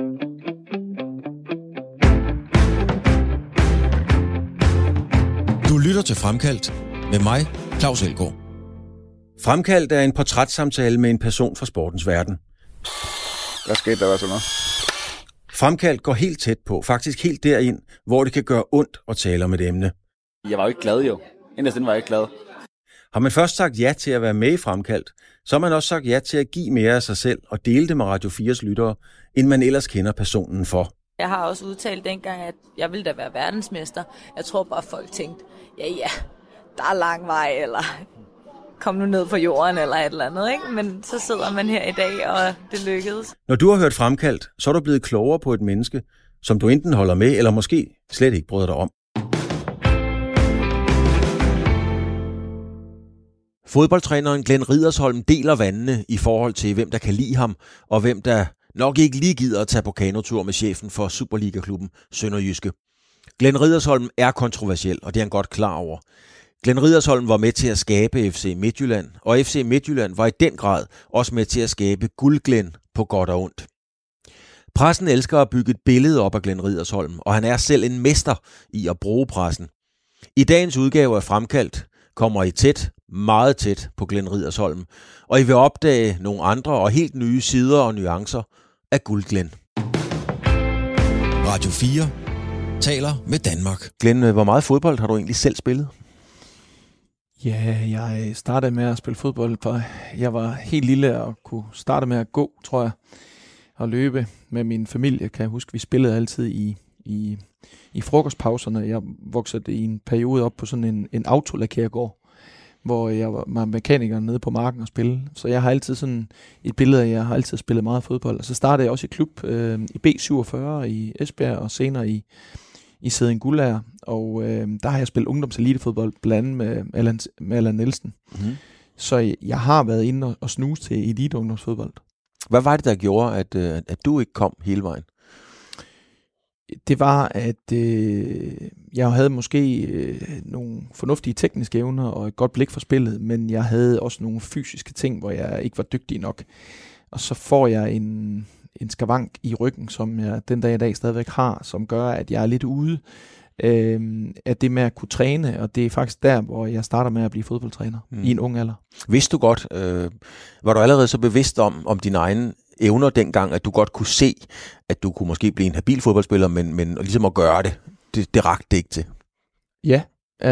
Du lytter til Fremkaldt med mig, Claus Elgaard. Fremkaldt er en portrætsamtale med en person fra sportens verden. Hvad skete der sådan noget? Fremkaldt går helt tæt på, faktisk helt derind, hvor det kan gøre ondt at tale om et emne. Jeg var jo ikke glad jo. Inderst var jeg ikke glad. Har man først sagt ja til at være med i Fremkaldt, så har man også sagt ja til at give mere af sig selv og dele det med Radio 4's lyttere, end man ellers kender personen for. Jeg har også udtalt dengang, at jeg ville da være verdensmester. Jeg tror bare, folk tænkte, ja, der er lang vej, eller kom nu ned på jorden, eller et eller andet, ikke? Men så sidder man her i dag, og det lykkedes. Når du har hørt Fremkaldt, så er du blevet klogere på et menneske, som du enten holder med, eller måske slet ikke bryder dig om. Fodboldtræneren Glenn Riddersholm deler vandene i forhold til, hvem der kan lide ham, og hvem der nok ikke lige gider at tage på kanotur med chefen for Superliga-klubben Sønderjyske. Glenn Riddersholm er kontroversiel, og det er han godt klar over. Glenn Riddersholm var med til at skabe FC Midtjylland, og FC Midtjylland var i den grad også med til at skabe Guld-Glenn på godt og ondt. Pressen elsker at bygge et billede op af Glenn Riddersholm, og han er selv en mester i at bruge pressen. I dagens udgave af Fremkaldt kommer I meget tæt på Glenn Riddersholm, og I vil opdage nogle andre og helt nye sider og nuancer af Guld-Glenn. Radio 4 taler med Danmark. Glenn, hvor meget fodbold har du egentlig selv spillet? Ja, jeg startede med at spille fodbold, for jeg var helt lille og kunne starte med at gå, tror jeg, og løbe med min familie. Kan jeg huske, vi spillede altid i frokostpauserne. Jeg voksede i en periode op på sådan en autolakergård, hvor jeg var mekaniker nede på marken og spille. Så jeg har altid sådan et billede af, jeg har altid spillet meget fodbold. Og så startede jeg også i klub i B47 i Esbjerg, og senere i Sæding Guldager. Og der har jeg spillet ungdomselitefodbold, blandt andet med Allan Nielsen. Mm-hmm. Så jeg har været inde og snuse til elite ungdomsfodbold. Hvad var det, der gjorde, at du ikke kom hele vejen? Det var, at jeg havde måske nogle fornuftige tekniske evner og et godt blik for spillet, men jeg havde også nogle fysiske ting, hvor jeg ikke var dygtig nok. Og så får jeg en skavank i ryggen, som jeg den dag i dag stadigvæk har, som gør, at jeg er lidt ude af det med at kunne træne, og det er faktisk der, hvor jeg starter med at blive fodboldtræner i en ung alder. Vidste du godt, var du allerede så bevidst om dine egne evner dengang, at du godt kunne se, at du kunne måske blive en habil fodboldspiller, men ligesom at gøre det rakte det ikke til? Ja,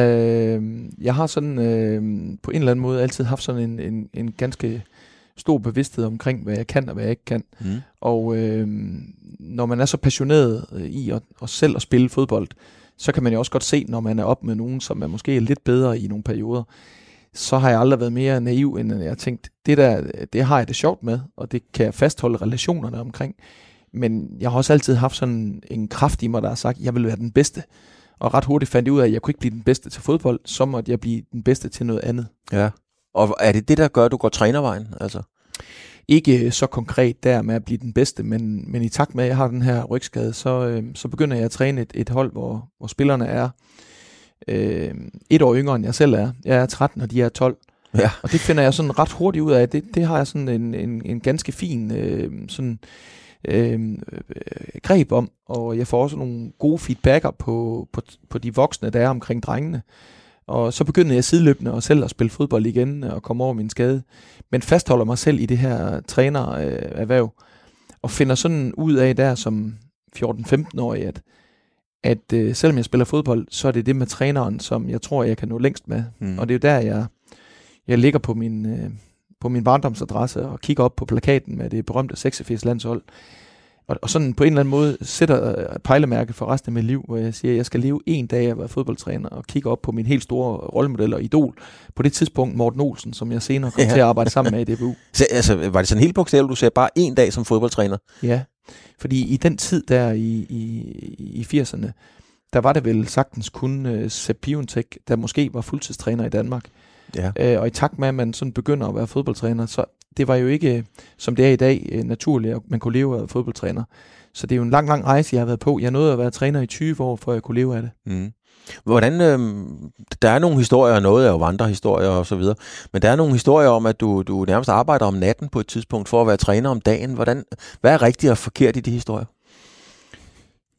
jeg har sådan på en eller anden måde altid haft sådan en ganske stor bevidsthed omkring, hvad jeg kan og hvad jeg ikke kan. Mm. Og når man er så passioneret i at selv at spille fodbold, så kan man jo også godt se, når man er op med nogen, som er måske lidt bedre i nogle perioder, så har jeg aldrig været mere naiv, end jeg har tænkt, det har jeg det sjovt med, og det kan jeg fastholde relationerne omkring. Men jeg har også altid haft sådan en kraft i mig, der har sagt, at jeg vil være den bedste. Og ret hurtigt fandt jeg ud af, at jeg kunne ikke blive den bedste til fodbold, så måtte jeg blive den bedste til noget andet. Ja. Og er det der gør, at du går trænervejen? Altså? Ikke så konkret der med at blive den bedste, men i takt med, at jeg har den her rygskade, så begynder jeg at træne et hold, hvor spillerne er et år yngre, end jeg selv er. Jeg er 13, og de er 12. Ja. Og det finder jeg sådan ret hurtigt ud af. Det har jeg sådan en ganske fin greb om, og jeg får også nogle gode feedbacker på de voksne, der er omkring drengene. Og så begyndte jeg sideløbende og selv at spille fodbold igen og komme over min skade. Men fastholder mig selv i det her trænererhverv. Og finder sådan ud af der som 14-15-årig, at selvom jeg spiller fodbold, så er det med træneren, som jeg tror, jeg kan nå længst med. Mm. Og det er jo der, jeg ligger på min barndomsadresse og kigger op på plakaten med det berømte 86-landshold. Og sådan på en eller anden måde sætter pejlemærket for resten af mit liv, hvor jeg siger, at jeg skal leve en dag af at være fodboldtræner, og kigge op på min helt store rollemodel og idol. På det tidspunkt Morten Olsen, som jeg senere kom til at arbejde sammen med i DBU. Så altså, var det sådan helt bogstaveligt, du sagde bare en dag som fodboldtræner? Ja, fordi i den tid der i 80'erne, der var det vel sagtens kun Sepp Piontek, der måske var fuldtidstræner i Danmark. Ja. Og i takt med, at man sådan begynder at være fodboldtræner, så det var jo ikke, som det er i dag, naturligt, at man kunne leve af fodboldtræner. Så det er jo en lang rejse, jeg har været på. Jeg nåede at være træner i 20 år, før jeg kunne leve af det. Mm. Hvordan, der er nogle historier, og noget er jo vandrehistorier og så videre, men der er nogle historier om, at du nærmest arbejder om natten på et tidspunkt for at være træner om dagen. Hvad er rigtigt og forkert i de historier?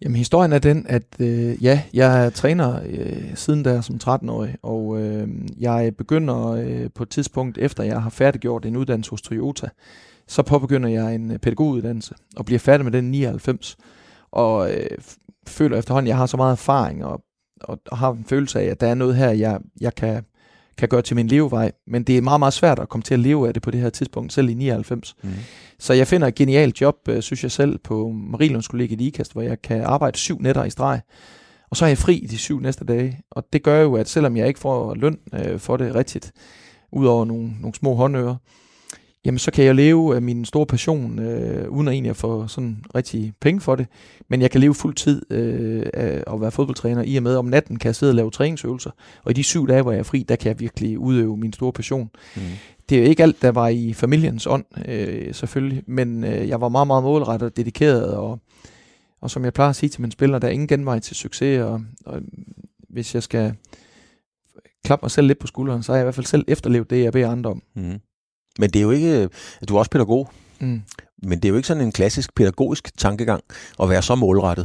Jamen, historien er den, at jeg er træner siden der som 13-årig, og jeg begynder på et tidspunkt, efter jeg har færdiggjort en uddannelse hos Toyota, så påbegynder jeg en pædagoguddannelse og bliver færdig med den 99, og føler efterhånden, at jeg har så meget erfaring, og har en følelse af, at der er noget her, jeg kan gøre til min levevej, men det er meget, meget svært at komme til at leve af det på det her tidspunkt, selv i 99. Så jeg finder et genialt job, synes jeg selv, på Marielundskollegiet i Ikast, hvor jeg kan arbejde 7 nætter i streg, og så er jeg fri de 7 næste dage, og det gør jo, at selvom jeg ikke får løn for det rigtigt, ud over nogle små håndører, jamen så kan jeg leve af min store passion, uden at egentlig få sådan rigtig penge for det, men jeg kan leve fuld tid af at være fodboldtræner, i og med om natten kan jeg sidde og lave træningsøvelser, og i de 7 dage, hvor jeg er fri, der kan jeg virkelig udøve min store passion. Det er jo ikke alt, der var i familiens ånd, selvfølgelig, men jeg var meget, meget målrettet og dedikeret, og som jeg plejer at sige til mine spillere, der er ingen genvej til succes, og hvis jeg skal klappe mig selv lidt på skulderen, så har jeg i hvert fald selv efterlevet det, jeg beder andre om. Men det er jo ikke, du er også pædagog, men det er jo ikke sådan en klassisk pædagogisk tankegang at være så målrettet.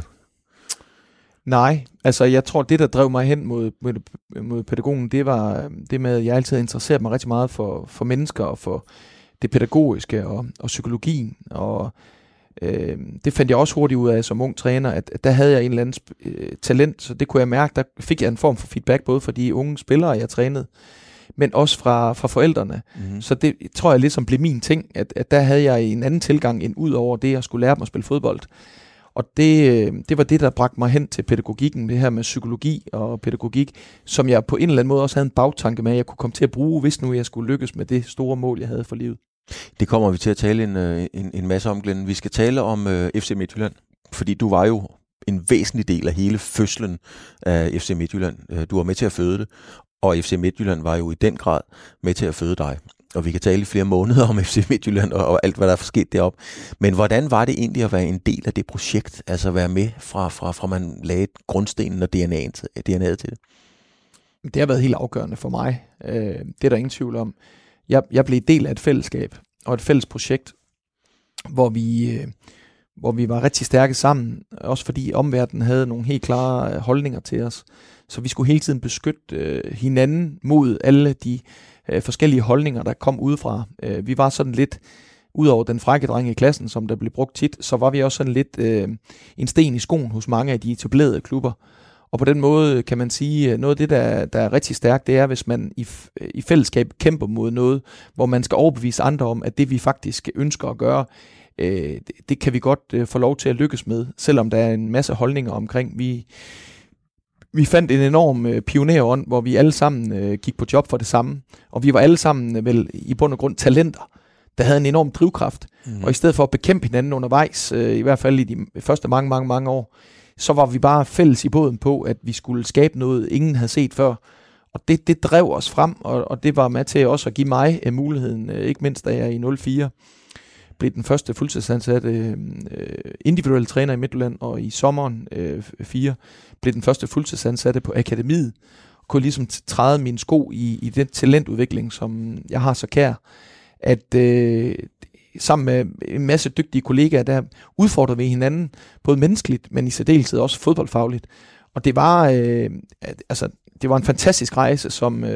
Nej, altså jeg tror, det der drev mig hen mod pædagogen, det var det med, at jeg altid interesseret mig rigtig meget for mennesker og for det pædagogiske og psykologien, og det fandt jeg også hurtigt ud af som ung træner, at der havde jeg en eller anden talent, så det kunne jeg mærke, der fik jeg en form for feedback, både fra de unge spillere, jeg trænede, men også fra forældrene. Så det tror jeg ligesom blev min ting, at der havde jeg en anden tilgang end ud over det, jeg skulle lære dem at spille fodbold. Og det var det, der bragte mig hen til pædagogikken, det her med psykologi og pædagogik, som jeg på en eller anden måde også havde en bagtanke med, at jeg kunne komme til at bruge, hvis nu jeg skulle lykkes med det store mål, jeg havde for livet. Det kommer vi til at tale en masse om, Glenn. Vi skal tale om FC Midtjylland, fordi du var jo en væsentlig del af hele fødslen af FC Midtjylland. Du var med til at føde det, og FC Midtjylland var jo i den grad med til at føde dig. Og vi kan tale i flere måneder om FC Midtjylland og alt, hvad der er sket deroppe. Men hvordan var det egentlig at være en del af det projekt? Altså være med fra man lagde grundstenen og DNA'et til det? Det har været helt afgørende for mig. Det er der ingen tvivl om. Jeg blev del af et fællesskab og et fælles projekt, hvor vi var rigtig stærke sammen, også fordi omverdenen havde nogle helt klare holdninger til os. Så vi skulle hele tiden beskytte hinanden mod alle de forskellige holdninger, der kom udefra. Vi var sådan lidt, ud over den frække dreng i klassen, som der blev brugt tit, så var vi også sådan lidt en sten i skoen hos mange af de etablerede klubber. Og på den måde kan man sige, noget af det, der er rigtig stærkt, det er, hvis man i fællesskab kæmper mod noget, hvor man skal overbevise andre om, at det vi faktisk ønsker at gøre, det kan vi godt få lov til at lykkes med, selvom der er en masse holdninger omkring. Vi fandt en enorm pionerånd, hvor vi alle sammen gik på job for det samme, og vi var alle sammen vel i bund og grund talenter, der havde en enorm drivkraft, og i stedet for at bekæmpe hinanden undervejs, i hvert fald i de første mange år, så var vi bare fælles i båden på, at vi skulle skabe noget, ingen havde set før, og det drev os frem, og det var med til også at give mig muligheden, ikke mindst da jeg i 04 blev den første fuldtidsansatte individuelle træner i Midtjylland, og i sommeren 4 blev den første fuldtidsansatte på akademiet, og kunne ligesom træde mine sko i den talentudvikling, som jeg har så kær, at sammen med en masse dygtige kollegaer, der udfordrede vi hinanden, både menneskeligt, men i særdeleshed også fodboldfagligt. Og det var, det var en fantastisk rejse,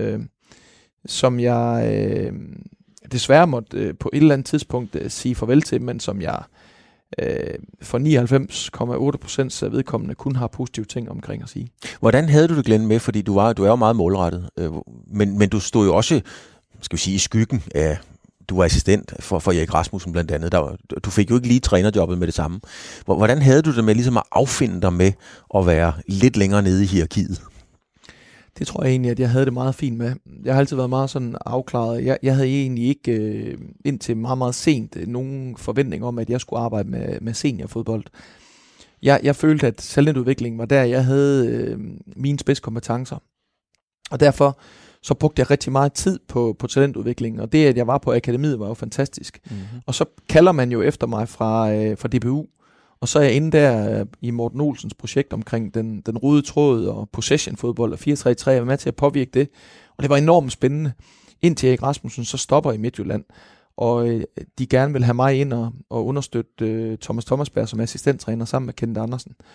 som jeg desværre måtte på et eller andet tidspunkt sige farvel til, men som jeg for 99,8% af vedkommende kun har positive ting omkring at sige. Hvordan havde du det, Glenn, med? Fordi du er jo meget målrettet, men du stod jo også, skal vi sige, i skyggen af, du var assistent for Erik Rasmussen blandt andet. Du fik jo ikke lige trænerjobbet med det samme. Hvordan havde du det med ligesom at affinde dig med at være lidt længere nede i hierarkiet? Det tror jeg egentlig, at jeg havde det meget fint med. Jeg har altid været meget sådan afklaret. Jeg havde egentlig ikke indtil meget, meget sent nogen forventning om, at jeg skulle arbejde med seniorfodbold. Jeg følte, at talentudviklingen var der, jeg havde mine spidskompetencer. Og derfor så brugte jeg rigtig meget tid på talentudviklingen. Og det, at jeg var på akademiet, var jo fantastisk. Mm-hmm. Og så kalder man jo efter mig fra DBU. Og så er jeg inde der i Morten Olsens projekt omkring den røde tråd og possession-fodbold og 4-3-3, jeg var med til at påvirke det. Og det var enormt spændende. Indtil Erik Rasmussen så stopper i Midtjylland, og de gerne vil have mig ind og understøtte Thomas Thomasberg som assistenttræner sammen med Kenneth Andersen.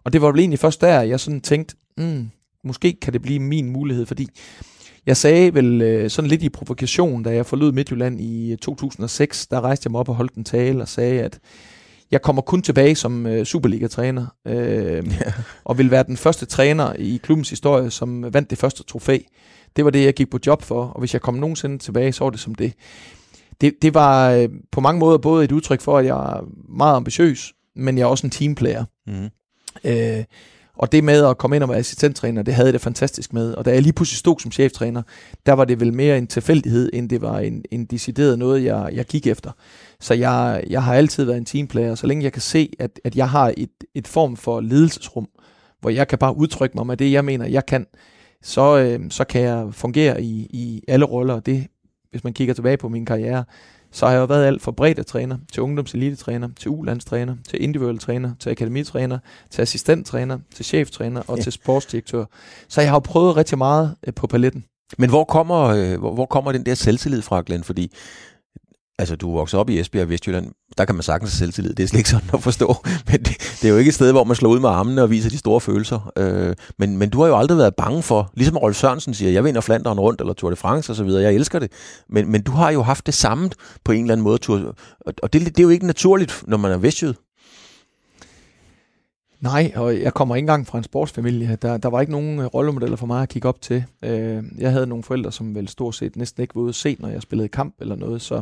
Og det var vel egentlig først der, jeg sådan tænkte, måske kan det blive min mulighed, fordi jeg sagde vel sådan lidt i provokation, da jeg forlod Midtjylland i 2006, der rejste jeg mig op og holdt en tale og sagde, at jeg kommer kun tilbage som Superliga-træner, og vil være den første træner i klubbens historie, som vandt det første trofæ. Det var det, jeg gik på job for, og hvis jeg kom nogensinde tilbage, så var det som det. Det var på mange måder både et udtryk for, at jeg er meget ambitiøs, men jeg er også en teamplayer. Og det med at komme ind og være assistenttræner, det havde jeg det fantastisk med. Og da jeg lige pludselig stod som cheftræner, der var det vel mere en tilfældighed, end det var en decideret noget, jeg gik efter. Så jeg har altid været en teamplayer, så længe jeg kan se, at jeg har et form for ledelsesrum, hvor jeg kan bare udtrykke mig med det, jeg mener, jeg kan, så kan jeg fungere i alle roller. Og det, hvis man kigger tilbage på min karriere, så har jeg jo været alt fra bredde-træner, til ungdomselite-træner, til U-landstræner, til individuel træner, til akademitræner, til assistenttræner, til cheftræner og til sportsdirektør. Så jeg har jo prøvet rigtig meget på paletten. Men hvor kommer den der selvtillid fra, Glenn? Fordi altså, du vokser op i Esbjerg og Vestjylland, der kan man sagtens have selvtillid. Det er slet ikke sådan at forstå. Men det er jo ikke et sted, hvor man slår ud med armene og viser de store følelser. Men du har jo aldrig været bange for, ligesom Rolf Sørensen siger, jeg vinder Flandern rundt, eller Tour de France osv., jeg elsker det. Men du har jo haft det samme på en eller anden måde. Og det er jo ikke naturligt, når man er vestjyd. Nej, og jeg kommer ikke engang fra en sportsfamilie. Der var ikke nogen rollemodeller for mig at kigge op til. Jeg havde nogle forældre, som vel stort set næsten ikke var ude at se, når jeg spillede kamp eller noget. Så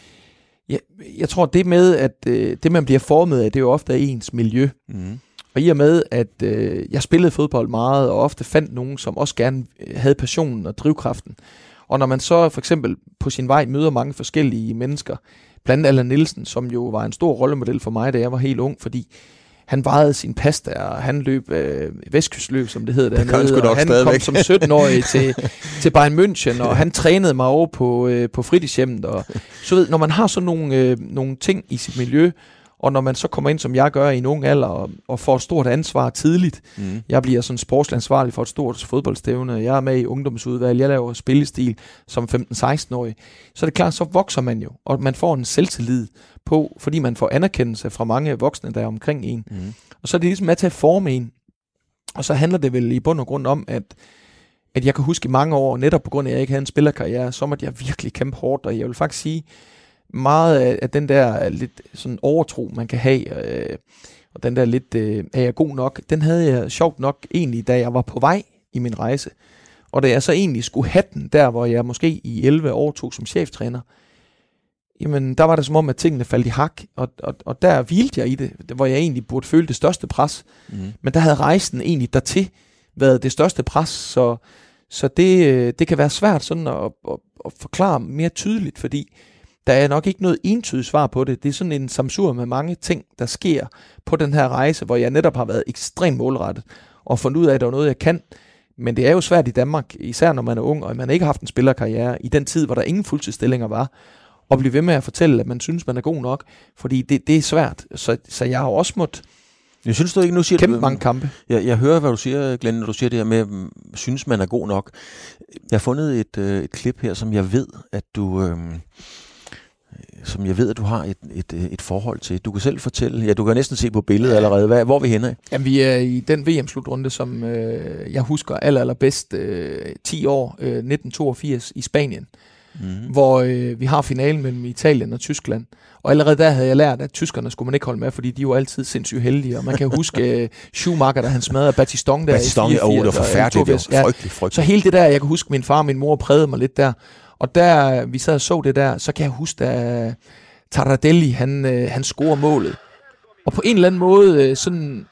jeg tror, det med, at det man bliver formet af, det er jo ofte ens miljø. Og i og med, at jeg spillede fodbold meget, og ofte fandt nogen, som også gerne havde passionen og drivkraften. Og når man så for eksempel på sin vej møder mange forskellige mennesker, blandt andet Allan Nielsen, som jo var en stor rollemodel for mig, da jeg var helt ung, fordi han vejede sin pasta, og han løb vestkystløb, som det hedder dernede, og han kom som 17-årig til Bayern München, og han trænede mig over på fritidshjemmet. Og så ved, når man har sådan nogle ting i sit miljø, og når man så kommer ind, som jeg gør i en ung alder, og får et stort ansvar tidligt. Jeg bliver sådan sportsansvarlig for et stort fodboldstævne. Jeg er med i ungdomsudvalg. Jeg laver spillestil som 15-16-årig. Så er det klart, så vokser man jo, og man får en selvtillid på, fordi man får anerkendelse fra mange voksne, der er omkring en. Og så er det ligesom med til at forme en. Og så handler det vel i bund og grund om, at jeg kan huske i mange år, netop på grund af, at jeg ikke havde en spillerkarriere, så måtte jeg virkelig kæmpe hårdt, og jeg vil faktisk sige, meget af den der lidt sådan overtro, man kan have, og den der lidt, er jeg god nok, den havde jeg sjovt nok egentlig, da jeg var på vej i min rejse. Og da jeg så egentlig skulle have den, der hvor jeg måske i 11 år tog som cheftræner, jamen der var det som om, at tingene faldt i hak, og der hvilte jeg i det, hvor jeg egentlig burde føle det største pres. Men der havde rejsen egentlig dertil været det største pres, så det kan være svært sådan at forklare mere tydeligt, fordi der er nok ikke noget entydigt svar på det. Det er sådan en samsur med mange ting, der sker på den her rejse, hvor jeg netop har været ekstremt målrettet og fundet ud af, at der er noget, jeg kan. Men det er jo svært i Danmark, især når man er ung, og man ikke har haft en spillerkarriere i den tid, hvor der ingen fuldtidsstillinger var, og blive ved med at fortælle, at man synes, man er god nok, fordi det er svært. Så jeg har også måttet jeg synes du ikke, nu siger kæmpe mange kampe. Jeg hører, hvad du siger, Glenn, når du siger det her med, synes man er god nok. Jeg har fundet et klip her, som jeg ved, at du... som jeg ved, at du har et forhold til. Du kan selv fortælle, du kan næsten se på billedet allerede. Hvor er vi henne af? Jamen, vi er i den VM-slutrunde, som jeg husker allerbedst 10 år, 1982 i Spanien, hvor vi har finalen mellem Italien og Tyskland. Og allerede der havde jeg lært, at tyskerne skulle man ikke holde med, fordi de var altid sindssygt heldige. Og man kan huske Schumacher, da han smadrede Battiston der i 84. Det var forfærdeligt. Det var frygteligt. Så hele det der, jeg kan huske min far og min mor prægede mig lidt der. Og der, vi sad og så det der, så kan jeg huske, at Tarradelli, han scorer målet. Og på en eller anden måde sådan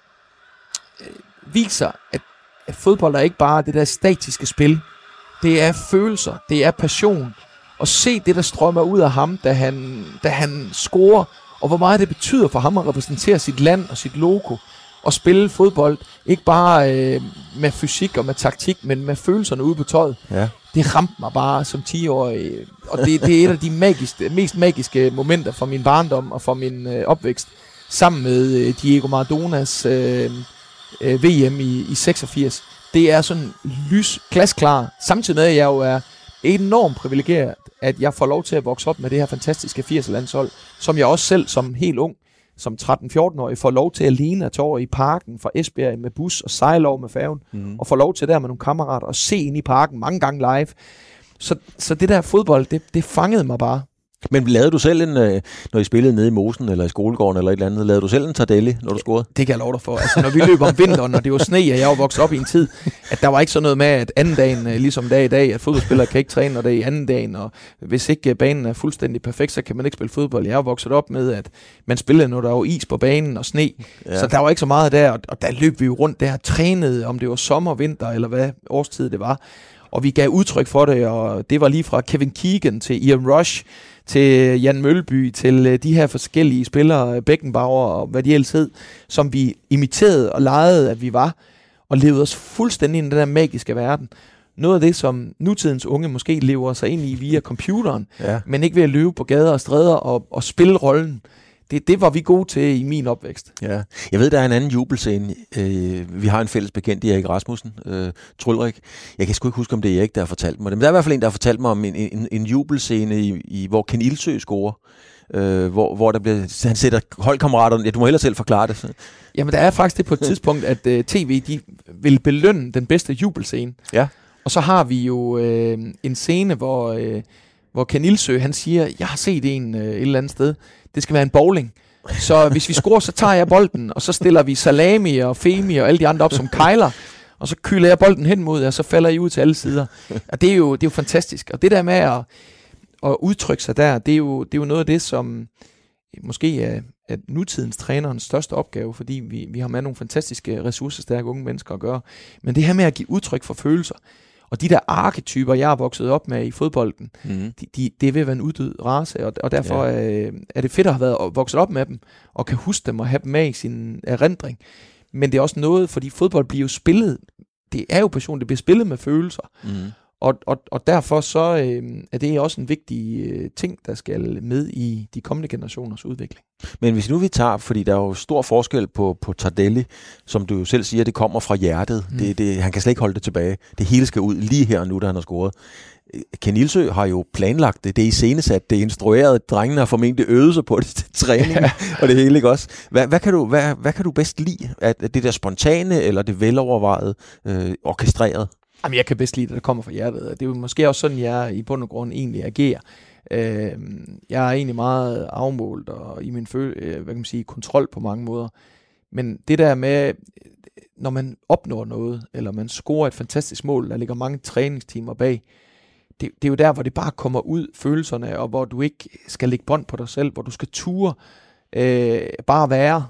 viser, at fodbold er ikke bare det der statiske spil. Det er følelser, det er passion. Og se det, der strømmer ud af ham, da han scorer, og hvor meget det betyder for ham at repræsentere sit land og sit logo. Og spille fodbold, ikke bare med fysik og med taktik, men med følelserne ude på tøjet. Ja. Det ramte mig bare som 10-årig, og det er et af de mest magiske momenter fra min barndom og fra min opvækst, sammen med Diego Maradonas VM i 86. Det er sådan glasklar, samtidig med, at jeg jo er enormt privilegeret, at jeg får lov til at vokse op med det her fantastiske 80'er-landshold, som jeg også selv som helt ung som 13-14-årig får lov til alene at tage over i parken fra Esbjerg med bus og sejle over med færgen, og får lov til der med nogle kammerater og se ind i parken mange gange live. Så det der fodbold, det fangede mig bare. Men lavede du selv når I spillede nede i Mosen eller i skolegården eller et eller andet, lavede du selv en tardelli, når du scorede? Det kan jeg love dig for. Altså, når vi løb om vinteren, og det var sne, og jeg var vokset op i en tid, at der var ikke sådan noget med, at anden dagen, ligesom dag i dag, at fodboldspillere kan ikke træne, når det er i anden dagen, og hvis ikke banen er fuldstændig perfekt, så kan man ikke spille fodbold. Jeg var vokset op med, at man spillede, når der var is på banen og sne, så der var ikke så meget der, og der løb vi jo rundt der, trænede, om det var sommer, vinter, eller hvad årstid det var, og vi gav udtryk for det, og det var lige fra Kevin Keegan til Ian Rush, til Jan Mølby, til de her forskellige spillere, Beckenbauer og hvad de ellers hed, som vi imiterede og legede, at vi var, og levede os fuldstændig ind i den der magiske verden. Noget af det, som nutidens unge måske lever sig ind i via computeren, men ikke ved at løbe på gader og stræder og spille rollen. Det var vi gode til i min opvækst. Ja. Jeg ved, der er en anden jubelscene. Vi har en fælles bekendt, Erik Rasmussen, Trulrik. Jeg kan sgu ikke huske, om det er Erik, der har fortalt mig det. Men der er i hvert fald en, der har fortalt mig om en jubelscene, hvor Ken Ildsø scorer. Hvor der bliver, han sætter holdkammeraterne. Ja, du må hellere selv forklare det. Så. Jamen, der er faktisk det på et tidspunkt, at TV de vil belønne den bedste jubelscene. Ja. Og så har vi jo en scene, hvor Ken Ildsø, han siger, jeg har set en et eller andet sted. Det skal være en bowling. Så hvis vi scorer, så tager jeg bolden, og så stiller vi Salami og Femi og alle de andre op som kejler, og så kyler jeg bolden hen mod jer, og så falder I ud til alle sider. Og det er jo fantastisk. Og det der med at udtrykke sig der, det er jo noget af det, som måske er nutidens trænerens største opgave, fordi vi har med nogle fantastiske ressourcestærke unge mennesker at gøre. Men det her med at give udtryk for følelser, og de der arketyper, jeg har vokset op med i fodbolden, det er ved at være en uddød race, og derfor er det fedt at have været vokset op med dem, og kan huske dem og have dem med i sin erindring. Men det er også noget, fordi fodbold bliver jo spillet, det er jo passion, det bliver spillet med følelser. Og derfor så er det også en vigtig ting, der skal med i de kommende generationers udvikling. Men hvis nu vi tager, fordi der er jo stor forskel på tardelli, som du jo selv siger, det kommer fra hjertet. Han kan slet ikke holde det tilbage. Det hele skal ud lige her og nu, da han har scoret. Ken Ildsø har jo planlagt det er iscenesat, det er instrueret, drengene har formentlig øvet sig på det til træning, og det hele, ikke også? Hvad kan du bedst lide? At det der spontane, eller det velovervejede, orkestreret? Jamen, jeg kan bedst lide, at det kommer fra hjertet. Det er jo måske også sådan, jeg i bund og grund egentlig agerer. Jeg er egentlig meget afmålt og i min kontrol på mange måder. Men det der med, når man opnår noget, eller man scorer et fantastisk mål, der ligger mange træningstimer bag, det er jo der, hvor det bare kommer ud, følelserne, og hvor du ikke skal lægge bånd på dig selv, hvor du skal ture bare være.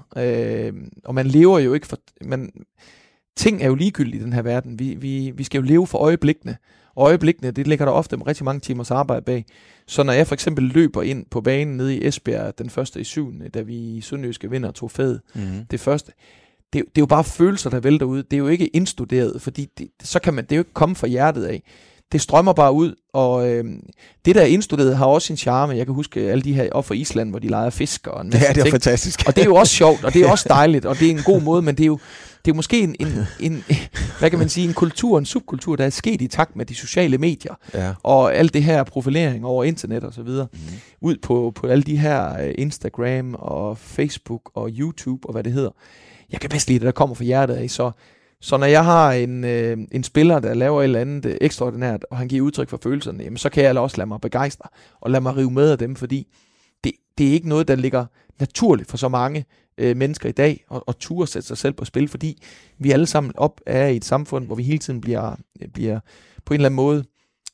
Og man lever jo ikke for... Ting er jo ligegyldigt i den her verden. Vi skal jo leve for øjeblikkene. Og øjeblikkene, det ligger der ofte med rigtig mange timers arbejde bag. Så når jeg for eksempel løber ind på banen nede i Esbjerg den 1.7., da vi i Sønderjyske vinder trofæet, det første, det er jo bare følelser, der vælter ud. Det er jo ikke indstuderet, fordi så kan det jo ikke komme fra hjertet af. Det strømmer bare ud, og det der indstuderet har også sin charme. Jeg kan huske alle de her op fra Island, hvor de leger fisk og en masse ting. Det er fantastisk. Og det er jo også sjovt, og det er også dejligt, og det er en god måde, men det er jo måske en hvad kan man sige, en kultur, en subkultur, der er sket i takt med de sociale medier, og alt det her profilering over internet og så videre, ud på alle de her Instagram og Facebook og YouTube og hvad det hedder. Jeg kan bedst lide det, der kommer fra hjertet af, så når jeg har en spiller, der laver et eller andet ekstraordinært, og han giver udtryk for følelserne, jamen, så kan jeg også lade mig begejstre, og lade mig rive med af dem, fordi det er ikke noget, der ligger naturligt for så mange mennesker i dag, og turde sætte sig selv på spil, fordi vi alle sammen er i et samfund, hvor vi hele tiden bliver på en eller anden måde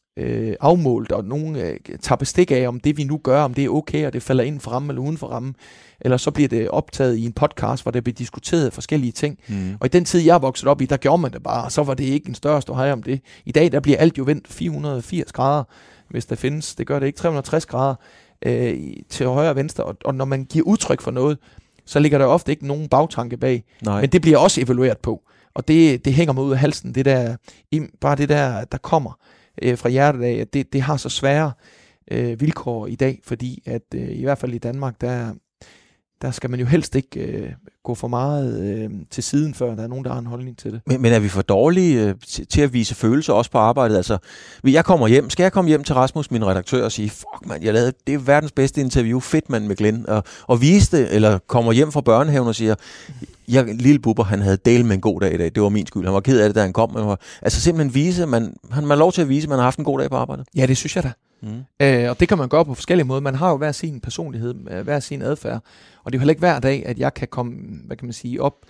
afmålt, og nogen tager bestik af, om det vi nu gør, om det er okay, og det falder inden for rammen eller uden for rammen, eller så bliver det optaget i en podcast, hvor der bliver diskuteret forskellige ting. Og i den tid, jeg er vokset op i, der gjorde man det bare, og så var det ikke en større ståhej om det. I dag, der bliver alt jo vendt 480 grader, hvis der findes, det gør det ikke, 360 grader til højre og venstre, og når man giver udtryk for noget, så ligger der ofte ikke nogen bagtanke bag. Nej. Men det bliver også evalueret på, og det hænger mig ud af halsen, bare det der kommer fra hjertet af, at det har så svære vilkår i dag, fordi at i hvert fald i Danmark, der skal man jo helst ikke gå for meget til siden, før der er nogen, der har en holdning til det. Men er vi for dårlige til at vise følelser også på arbejdet? Altså, jeg kommer hjem. Skal jeg komme hjem til Rasmus, min redaktør, og sige, fuck mand, jeg lavede det verdens bedste interview, fedt mand med Glenn, og vise det, eller kommer hjem fra børnehaven og siger, lille bubber, han havde delt med en god dag i dag, det var min skyld. Han var ked af det, da han kom. Altså simpelthen vise, man har lov til at vise, at man har haft en god dag på arbejdet. Ja, det synes jeg da. Og det kan man gøre på forskellige måder. Man har jo hver sin personlighed, hver sin adfærd, og det er jo heller ikke hver dag, at jeg kan komme, hvad kan man sige, op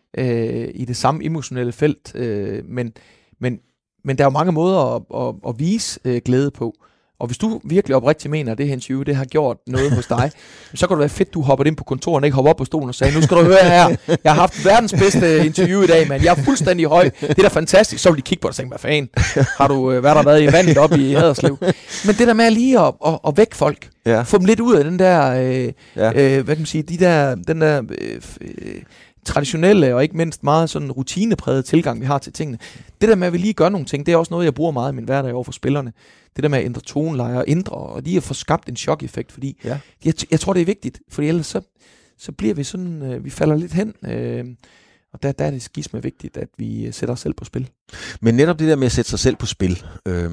i det samme emotionelle felt, men der er jo mange måder at vise glæde på. Og hvis du virkelig oprigtigt mener, at det her interview, det har gjort noget hos dig, så kan det være fedt, du hopper ind på kontoret og ikke hopper op på stolen og siger, nu skal du høre her, jeg har haft verdens bedste interview i dag, mand. Jeg er fuldstændig høj. Det er da fantastisk. Så vil de kigge på dig og tænke, hvad fanden? Har du været i vandet oppe i Haderslev? Men det der med lige at vække folk, få dem lidt ud af den der, hvad kan man sige, den der traditionelle og ikke mindst meget sådan rutinepræget tilgang, vi har til tingene. Det der med, at vi lige gør nogle ting, det er også noget, jeg bruger meget i min hverdag over for spillerne. Det der med at ændre tonelejer og lige at få skabt en chok-effekt, fordi jeg tror, det er vigtigt, for ellers så bliver vi sådan, vi falder lidt hen, og der er det skisme vigtigt, at vi sætter os selv på spil. Men netop det der med at sætte sig selv på spil,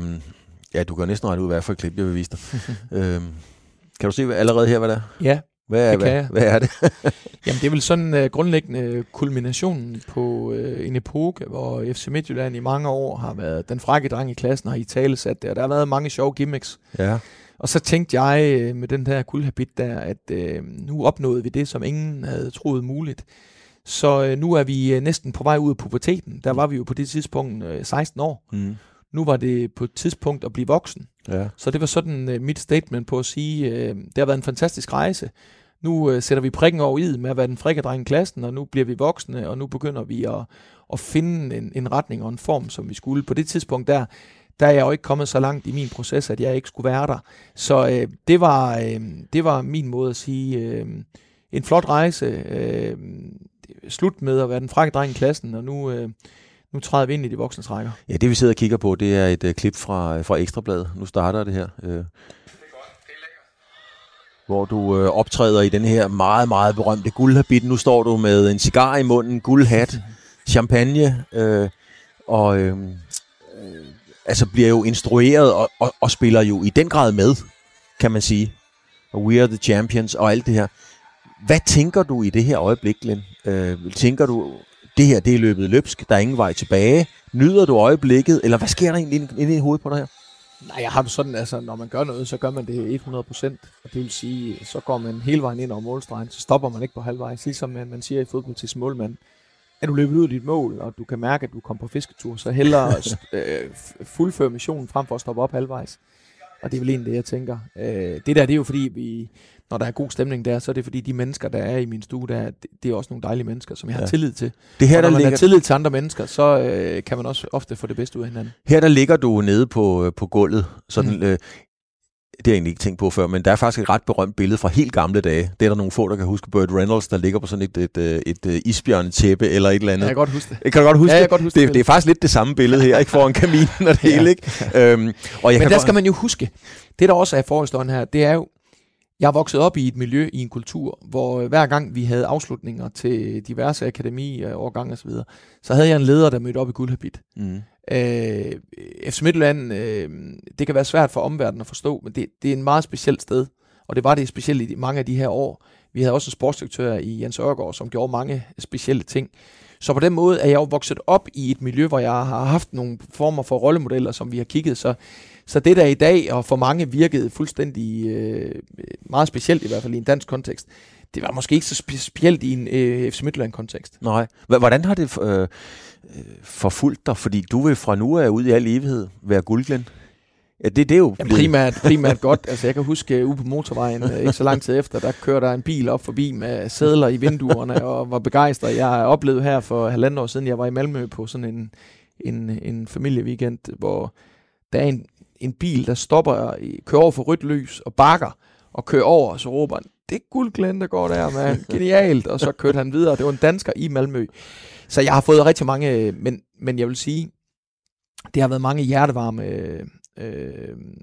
du kan næsten regne ud, hvad for et klip, jeg vil vise dig. Kan du se allerede her, hvad det er? Ja. Hvad er det? Jamen, det er vel sådan grundlæggende kulminationen på en epoke, hvor FC Midtjylland i mange år har været den frække dreng i klassen, har i talesat det, og der har været mange sjove gimmicks. Ja. Og så tænkte jeg med den der guldhabit der, at nu opnåede vi det, som ingen havde troet muligt. Så nu er vi næsten på vej ud af puberteten. Der var vi jo på det tidspunkt 16 år. Nu var det på et tidspunkt at blive voksen. Ja. Så det var sådan mit statement på at sige, det har været en fantastisk rejse. Nu sætter vi prikken over i med at være den frække dreng i klassen, og nu bliver vi voksne, og nu begynder vi at finde en retning og en form, som vi skulle. På det tidspunkt der er jeg jo ikke kommet så langt i min proces, at jeg ikke skulle være der. Så det var min måde at sige, en flot rejse, slut med at være den frække dreng i klassen, og nu træder vi ind i de voksnes rækker. Ja, det vi sidder og kigger på, det er et klip fra Ekstrabladet. Nu starter det her. Hvor du optræder i den her meget, meget berømte guldhabit. Nu står du med en cigar i munden, guldhat, champagne, altså bliver jo instrueret og spiller jo i den grad med, kan man sige. Og We Are The Champions og alt det her. Hvad tænker du i det her øjeblik, Glenn? Tænker du, det her det er løbet løbsk, der er ingen vej tilbage? Nyder du øjeblikket, eller hvad sker der egentlig inde i hovedet på dig her? Nej, jeg har det sådan, altså når man gør noget, så gør man det 100%, og det vil sige, så går man hele vejen ind over målstregen, så stopper man ikke på halvvejs, ligesom man siger i fodbold til målmand. Er du løbet ud af dit mål, og du kan mærke, at du kommer på fisketur, så hellere fuldføre missionen frem for at stoppe op halvvejs. Og det er vel egentlig det, jeg tænker. Det er jo fordi, når der er god stemning der, så er det fordi de mennesker, der er i min stue, det er også nogle dejlige mennesker, som jeg har tillid til. Det her, og når man har tillid til andre mennesker, så kan man også ofte få det bedste ud af hinanden. Her der ligger du nede på gulvet, sådan, det har jeg egentlig ikke tænkt på før, men der er faktisk et ret berømt billede fra helt gamle dage. Det er der nogle få, der kan huske Burt Reynolds, der ligger på sådan et isbjørnetæppe eller et eller andet. Ja, jeg kan godt huske det. Kan du godt huske det? Jeg kan godt huske det. Det er faktisk lidt det samme billede her, ikke, foran kaminen og det hele, ikke? Men der skal man jo huske, det der også er forhistorien her, det er jo, jeg er vokset op i et miljø, i en kultur, hvor hver gang vi havde afslutninger til diverse akademiårgange og så videre, så havde jeg en leder, der mødte op i guldhabit. FC Midtjylland, det kan være svært for omverdenen at forstå, men det er en meget specielt sted, og det var det specielt i mange af de her år. Vi havde også en sportsdirektør i Jens Ørgaard, som gjorde mange specielle ting. Så på den måde er jeg jo vokset op i et miljø, hvor jeg har haft nogle former for rollemodeller, som vi har kigget. Så det der i dag, og for mange virkede fuldstændig meget specielt, i hvert fald i en dansk kontekst, det var måske ikke så specielt i en FC Midtjylland-kontekst. Nej. Hvordan har det forfulgt dig? Fordi du vil fra nu af ud i al evighed være guldglænd. Ja, det er jo primært godt. Altså, jeg kan huske ude på motorvejen, ikke så lang tid efter, der kører der en bil op forbi med sædler i vinduerne, og var begejstret. Jeg har oplevet her for 1,5 år siden, jeg var i Malmø på sådan en familieweekend, hvor der er en bil, der stopper, kører over for rødt lys og bakker, og kører over, og så råber han, det er guldglænd, der går der, man. Genialt. Og så kørte han videre. Det var en dansker i Malmø. Så jeg har fået rigtig mange, men jeg vil sige, det har været mange hjertevarme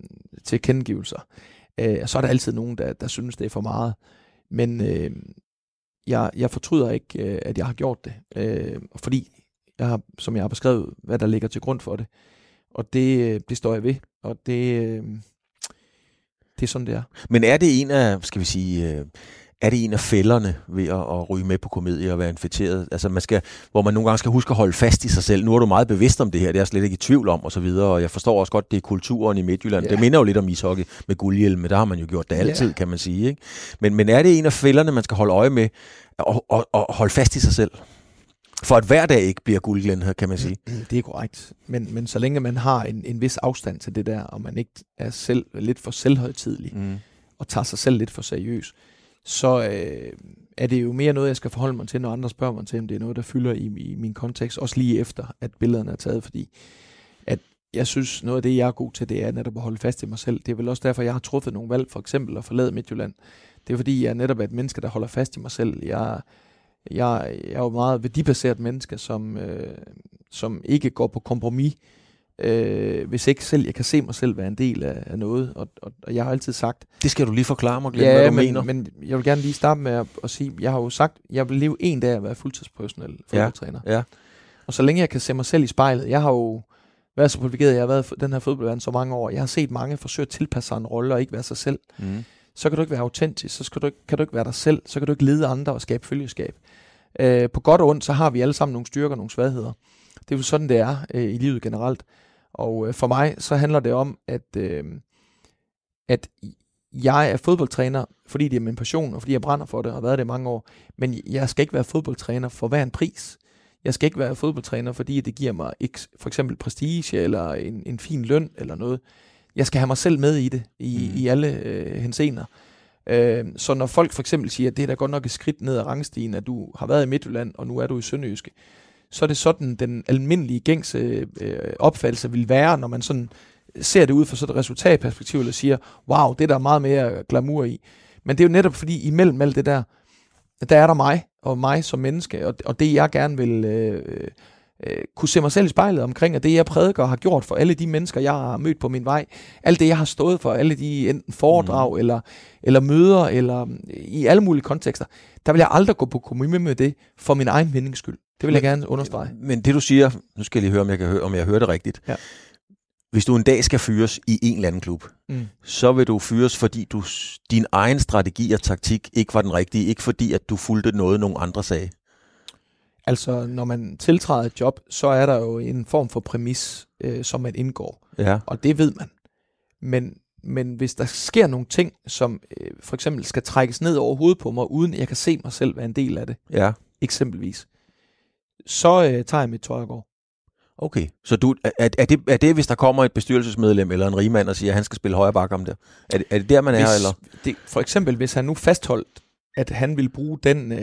tilkendegivelser. Så er der altid nogen, der synes, det er for meget. Men jeg fortryder ikke, at jeg har gjort det. Fordi jeg har, som jeg har beskrevet, hvad der ligger til grund for det. Og det står jeg ved. Og det er sådan, det er. Men er det en af, skal vi sige, er det en af fælderne ved at ryge med på komedie og være infekteret? Altså hvor man nogle gange skal huske at holde fast i sig selv. Nu er du meget bevidst om det her, det er jeg slet ikke i tvivl om, og så videre. Og jeg forstår også godt, det er kulturen i Midtjylland. Ja. Det minder jo lidt om ishockey med guldhjelm, men der har man jo gjort det altid, kan man sige. Ikke? Men er det en af fælderne, man skal holde øje med og holde fast i sig selv? For at hver dag ikke bliver guldglænd her, kan man sige. Det er korrekt. Men så længe man har en vis afstand til det der, og man ikke er selv lidt for selvhøjtidlig, og tager sig selv lidt for seriøs, så er det jo mere noget, jeg skal forholde mig til, når andre spørger mig til, om det er noget, der fylder i min kontekst, også lige efter, at billederne er taget, fordi at jeg synes, noget af det, jeg er god til, det er netop at holde fast i mig selv. Det er vel også derfor, jeg har truffet nogle valg, for eksempel at forlade Midtjylland. Det er fordi, jeg netop er et menneske, der holder fast i mig selv. Jeg er jo meget værdibaseret menneske, som ikke går på kompromis, hvis ikke selv jeg kan se mig selv være en del af noget, og jeg har altid sagt... Det skal du lige forklare mig, Glenn, hvad du mener. Men jeg vil gerne lige starte med at sige, jeg har jo sagt, jeg vil leve en dag at være fuldtidsprofessionel fodboldtræner. Ja. Og så længe jeg kan se mig selv i spejlet, jeg har jo været så privilegeret, jeg har været den her fodboldverden så mange år, jeg har set mange forsøge at tilpasse sig en rolle og ikke være sig selv. Så kan du ikke være autentisk, så kan du ikke være dig selv, så kan du ikke lede andre og skabe følgeskab. På godt og ondt, så har vi alle sammen nogle styrker og nogle svagheder. Det er jo sådan, det er i livet generelt. Og for mig, så handler det om, at jeg er fodboldtræner, fordi det er min passion, og fordi jeg brænder for det, og har været det i mange år. Men jeg skal ikke være fodboldtræner for hver en pris. Jeg skal ikke være fodboldtræner, fordi det giver mig for eksempel prestige, eller en fin løn, eller noget. Jeg skal have mig selv med i det, i alle henseender. Så når folk for eksempel siger, at det er da godt nok et skridt ned ad rangstigen, at du har været i Midtjylland, og nu er du i Sønderjyske, så er det sådan, den almindelige gængse opfattelse vil være, når man sådan ser det ud fra sådan et resultatperspektiv, eller siger, wow, det er der meget mere glamour i. Men det er jo netop fordi, imellem alt det der er der mig, og mig som menneske, og det jeg gerne vil kunne se mig selv i spejlet omkring, og det jeg prædiker og har gjort for alle de mennesker, jeg har mødt på min vej, alt det jeg har stået for, alle de enten foredrag, eller møder, eller i alle mulige kontekster, der vil jeg aldrig gå på kompromis med det, for min egen vindings skyld. Det vil jeg gerne understrege. Men det du siger, nu skal jeg lige høre, om jeg hører det rigtigt. Ja. Hvis du en dag skal fyres i en eller anden klub, så vil du fyres, fordi din egen strategi og taktik ikke var den rigtige, ikke fordi, at du fulgte noget, nogen andre sagde. Altså, når man tiltræder et job, så er der jo en form for præmis, som man indgår. Ja. Og det ved man. Men hvis der sker nogle ting, som for eksempel skal trækkes ned over hovedet på mig, uden jeg kan se mig selv være en del af det, eksempelvis, så tager jeg mit tøj og går. Okay, så er det, hvis der kommer et bestyrelsesmedlem eller en rigmand og siger, at han skal spille højre bakke om det? Er det der, man er, eller? For eksempel, hvis han nu fastholdt, at han ville bruge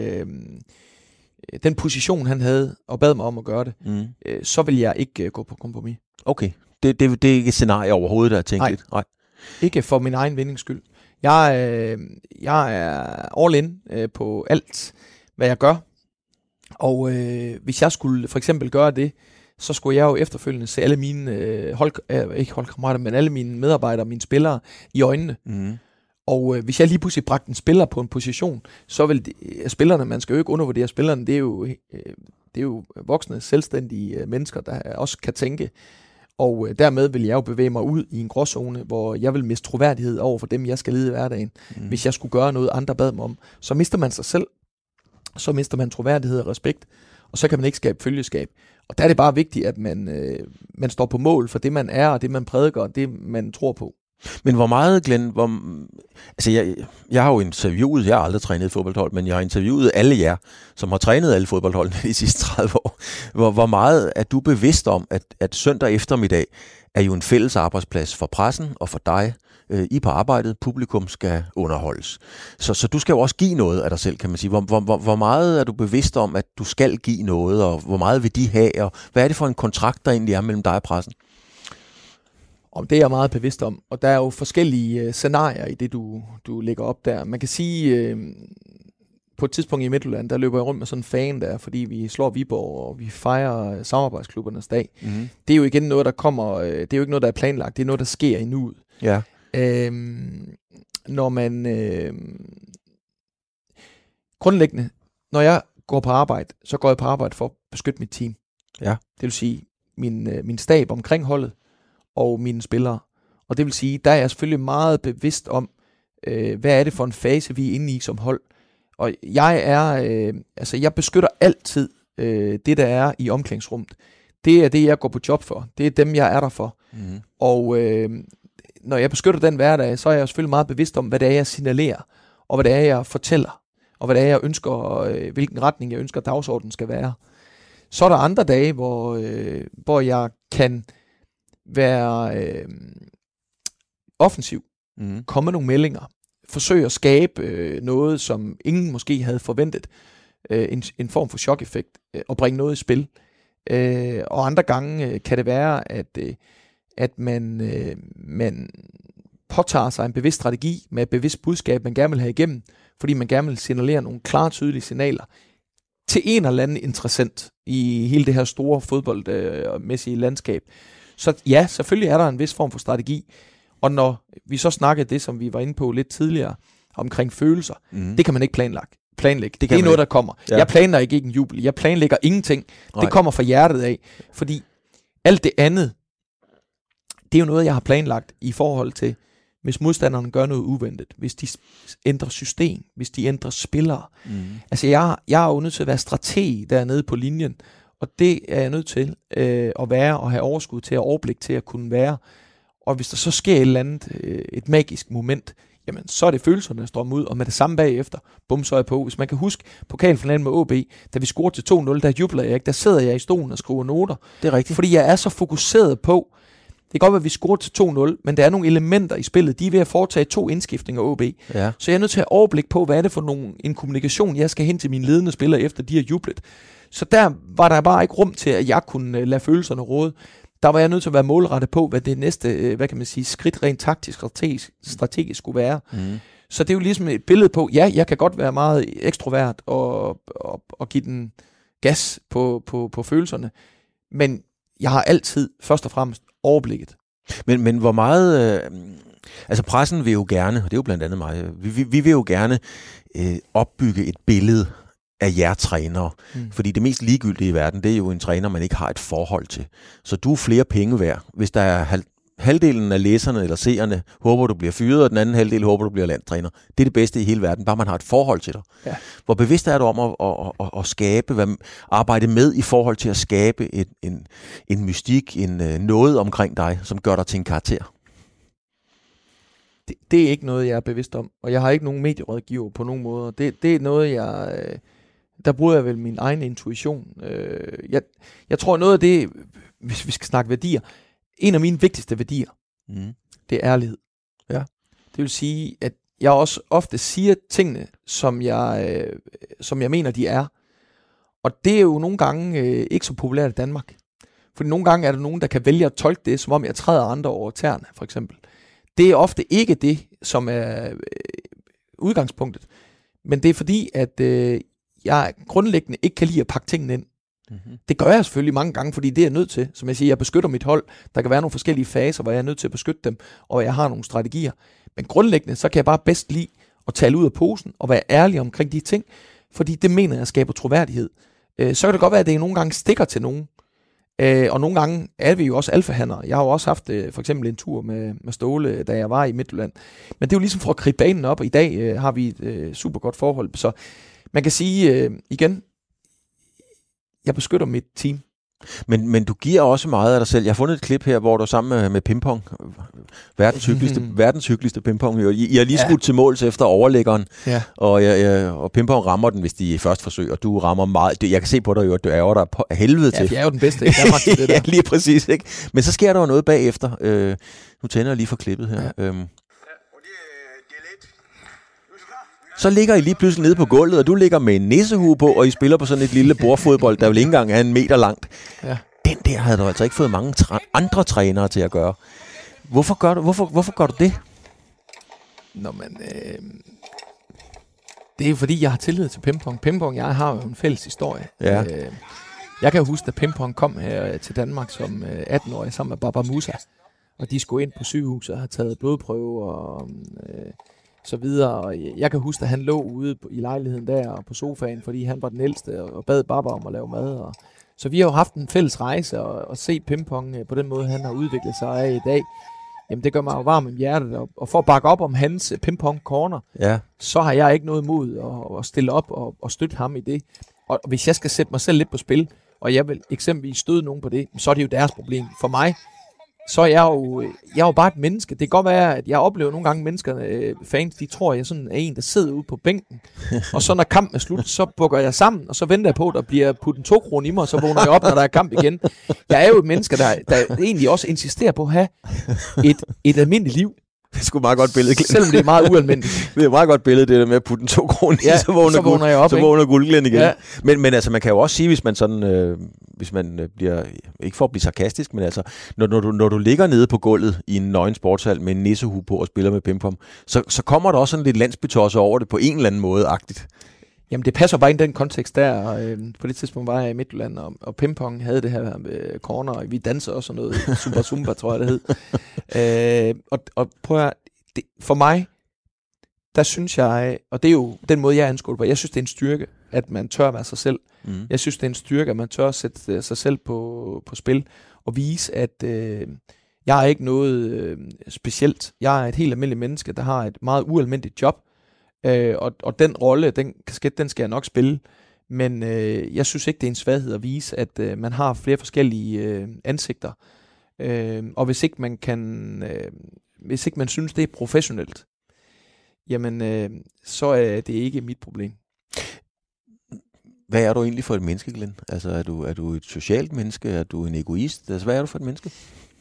den position, han havde, og bad mig om at gøre det, så vil jeg ikke gå på kompromis. Okay, det er ikke et scenarie overhovedet, der er tænkeligt? Nej, ikke for min egen vindings skyld. Jeg er all in på alt, hvad jeg gør. Og hvis jeg skulle for eksempel gøre det, så skulle jeg jo efterfølgende se alle mine ikke holdkammerater, men alle mine medarbejdere, mine spillere i øjnene. Og hvis jeg lige pludselig bragte en spiller på en position, så vil spillerne, man skal jo ikke undervurdere spillerne, det er jo voksne, selvstændige mennesker, der også kan tænke. Og dermed vil jeg jo bevæge mig ud i en gråzone, hvor jeg vil miste troværdighed over for dem, jeg skal lede i hverdagen. Hvis jeg skulle gøre noget, andre bad mig om, så mister man sig selv. Så mister man troværdighed og respekt, og så kan man ikke skabe følgeskab. Og der er det bare vigtigt, at man står på mål for det, man er, og det, man prædiker, og det, man tror på. Men hvor meget, Glenn, jeg har jo interviewet, jeg har aldrig trænet fodboldhold, men jeg har interviewet alle jer, som har trænet alle fodboldholdene de sidste 30 år. Hvor meget er du bevidst om, at søndag eftermiddag er jo en fælles arbejdsplads for pressen og for dig, I på arbejdet, publikum skal underholdes. Så du skal jo også give noget af dig selv, kan man sige. Hvor meget er du bevidst om, at du skal give noget, og hvor meget vil de have, og hvad er det for en kontrakt, der egentlig er mellem dig og pressen? Og det er jeg meget bevidst om, og der er jo forskellige scenarier i det, du lægger op der. Man kan sige, på et tidspunkt i Midtjylland, der løber jeg rundt med sådan en fan der, fordi vi slår Viborg, og vi fejrer samarbejdsklubbernes dag. Det er jo igen noget, der kommer, det er jo ikke noget, der er planlagt, det er noget, der sker i nuet. Ja. Når man grundlæggende, når jeg går på arbejde, så går jeg på arbejde for at beskytte mit team. Ja. Det vil sige min stab omkring holdet og mine spillere. Og det vil sige, der er jeg selvfølgelig meget bevidst om, hvad er det for en fase, vi er inde i som hold. Og jeg beskytter altid det, der er i omklædningsrummet. Det er det, jeg går på job for. Det er dem, jeg er der for. Mm. Og når jeg beskytter den hverdag, så er jeg selvfølgelig meget bevidst om, hvad det er, jeg signalerer, og hvad det er, jeg fortæller, og hvad det er, jeg ønsker, hvilken retning jeg ønsker, dagsordenen skal være. Så er der andre dage, hvor jeg kan være offensiv, komme med nogle meldinger, forsøge at skabe noget, som ingen måske havde forventet, en form for chok-effekt, og bringe noget i spil. Og andre gange kan det være, at man påtager sig en bevidst strategi med et bevidst budskab, man gerne vil have igennem, fordi man gerne vil signalere nogle klare, tydelige signaler til en eller anden interessant i hele det her store fodboldmæssige landskab. Så ja, selvfølgelig er der en vis form for strategi. Og når vi så snakkede det, som vi var inde på lidt tidligere, omkring følelser, det kan man ikke planlægge. Det er noget, der kommer. Ja. Jeg planlægger ikke en jubel. Jeg planlægger ingenting. Nej. Det kommer fra hjertet af. Fordi alt det andet, det er jo noget, jeg har planlagt i forhold til, hvis modstanderne gør noget uventet, hvis de ændrer system, hvis de ændrer spillere. Altså, jeg er jo nødt til at være strateg dernede på linjen, og det er jeg nødt til at være og have overskud til at overblik til at kunne være. Og hvis der så sker et eller andet, et magisk moment, jamen så er det følelserne, der strømmer ud, og med det samme bagefter, bum, så er jeg på. Hvis man kan huske pokalfinalen med OB, da vi scorede til 2-0, der jubler jeg ikke, der sidder jeg i stolen og skriver noter. Det er rigtigt. Fordi jeg er så fokuseret på, det kan godt være, at vi scorede til 2-0, men der er nogle elementer i spillet, de er ved at foretage 2 indskiftninger af OB. Ja. Så jeg er nødt til at have overblik på, hvad er det for en kommunikation, jeg skal hen til mine ledende spillere, efter de har jublet. Så der var der bare ikke rum til, at jeg kunne lade følelserne råde. Der var jeg nødt til at være målrettet på, hvad det næste, skridt rent taktisk, strategisk skulle være. Så det er jo ligesom et billede på, ja, jeg kan godt være meget ekstrovert og give den gas på følelserne, men jeg har altid først og fremmest overblikket. Men hvor meget... altså pressen vil jo gerne, og det er jo blandt andet mig, vi vil jo gerne opbygge et billede af jer trænere. Fordi det mest ligegyldige i verden, det er jo en træner, man ikke har et forhold til. Så du er flere penge værd. Hvis der er halvdelen af læserne eller seerne håber, du bliver fyret, og den anden halvdel håber, du bliver landtræner. Det er det bedste i hele verden, bare man har et forhold til dig. Ja. Hvor bevidst er du om at skabe, arbejde med i forhold til at skabe en mystik, noget omkring dig, som gør dig til en karakter? Det er ikke noget, jeg er bevidst om, og jeg har ikke nogen medierådgiver på nogen måde. Det er noget, der bruger jeg vel min egen intuition. Jeg tror noget af det, hvis vi skal snakke værdier, en af mine vigtigste værdier, det er ærlighed. Ja. Det vil sige, at jeg også ofte siger tingene, som jeg mener, de er. Og det er jo nogle gange ikke så populært i Danmark. Fordi nogle gange er der nogen, der kan vælge at tolke det, som om jeg træder andre over tæerne, for eksempel. Det er ofte ikke det, som er udgangspunktet. Men det er fordi, at jeg grundlæggende ikke kan lide at pakke tingene ind. Det gør jeg selvfølgelig mange gange, fordi det er jeg nødt til. Som jeg siger, jeg beskytter mit hold. Der kan være nogle forskellige faser, hvor jeg er nødt til at beskytte dem, og jeg har nogle strategier. Men grundlæggende, så kan jeg bare bedst lide at tale ud af posen og være ærlig omkring de ting, fordi det mener jeg skaber troværdighed. Så kan det godt være, at det nogle gange stikker til nogen. Og nogle gange er vi jo også alfahander. Jeg har jo også haft for eksempel en tur med Ståle, da jeg var i Midtjylland. Men det er jo ligesom for at kridte banen op, og i dag har vi et super godt forhold. Så man kan sige igen, jeg beskytter mit team. Men du giver også meget af dig selv. Jeg har fundet et klip her, hvor du er sammen med pingpong. Verdens hyggeligste pingpong. I har lige skudt til måls efter overlæggeren. Ja. Og pingpong rammer den, hvis de er i første forsøg, og du rammer meget. Jeg kan se på dig jo, at du ærger dig på helvede til. Ja, jeg er jo den bedste i Danmark til det der. Ja, lige præcis. Ikke? Men så sker der jo noget bagefter. Nu tænder jeg lige for klippet her. Ja. Så ligger I lige pludselig nede på gulvet, og du ligger med en nissehue på, og I spiller på sådan et lille bordfodbold, der vel ikke engang er 1 meter langt. Ja. Den der havde du altså ikke fået mange andre trænere til at gøre. Hvorfor gør du det? Nå, men det er jo fordi, jeg har tillid til pingpong. Pingpong, jeg har jo en fælles historie. Ja. Jeg kan jo huske, at pingpong kom her til Danmark som 18-årig sammen med Baba Musa, og de skulle ind på sygehuset og have taget blodprøve og så videre. Og jeg kan huske, at han lå ude i lejligheden der på sofaen, fordi han var den ældste og bad Baba om at lave mad. Og så vi har jo haft en fælles rejse og set pingpong på den måde, han har udviklet sig af i dag. Jamen det gør mig jo varm i hjertet, og for at bakke op om hans pingpong corner, så har jeg ikke noget imod at stille op og støtte ham i det. Og hvis jeg skal sætte mig selv lidt på spil, og jeg vil eksempelvis støde nogen på det, så er det jo deres problem. For mig, så er jeg er jo bare et menneske. Det kan godt være, at jeg oplever nogle gange mennesker, fans, de tror, at jeg sådan er en, der sidder ude på bænken. Og så når kampen er slut, så bukker jeg sammen, og så venter jeg på, at der bliver puttet 2 kroner i mig, og så vågner jeg op, når der er kamp igen. Jeg er jo et menneske, der egentlig også insisterer på at have et almindeligt liv. Det er sgu meget godt billede, Glenn. Selvom det er meget ualmindeligt. Det er et meget godt billede, det der med at putte en 2 kroner i, så vågner jeg op, så vågner Guldglenn igen. Ja. Men altså, man kan jo også sige, hvis man sådan, hvis man bliver, ikke for at blive sarkastisk, men altså, når du ligger nede på gulvet i en nøgen sportshal med en nissehue på og spiller med pingpong, så kommer der også sådan lidt landsbytosser over det på en eller anden måde-agtigt. Jamen, det passer bare ind i den kontekst der. På det tidspunkt var jeg i Midtjylland, og pingpong havde det her corner, og vi dansede også noget. Super Zumba, tror jeg, det hed. Og prøv at for mig, der synes jeg, og det er jo den måde, jeg anskuer på, jeg synes, det er en styrke, at man tør være sig selv. Jeg synes, det er en styrke, at man tør sætte sig selv på spil, og vise, at jeg er ikke noget specielt. Jeg er et helt almindeligt menneske, der har et meget ualmindeligt job, og den rolle, den kasket, den skal jeg nok spille, men jeg synes ikke, det er en svaghed at vise, at man har flere forskellige ansigter, og hvis ikke man synes, det er professionelt, jamen så er det ikke mit problem. Hvad er du egentlig for et menneske, Glenn? Altså, er du et socialt menneske? Er du en egoist? Altså, hvad er du for et menneske?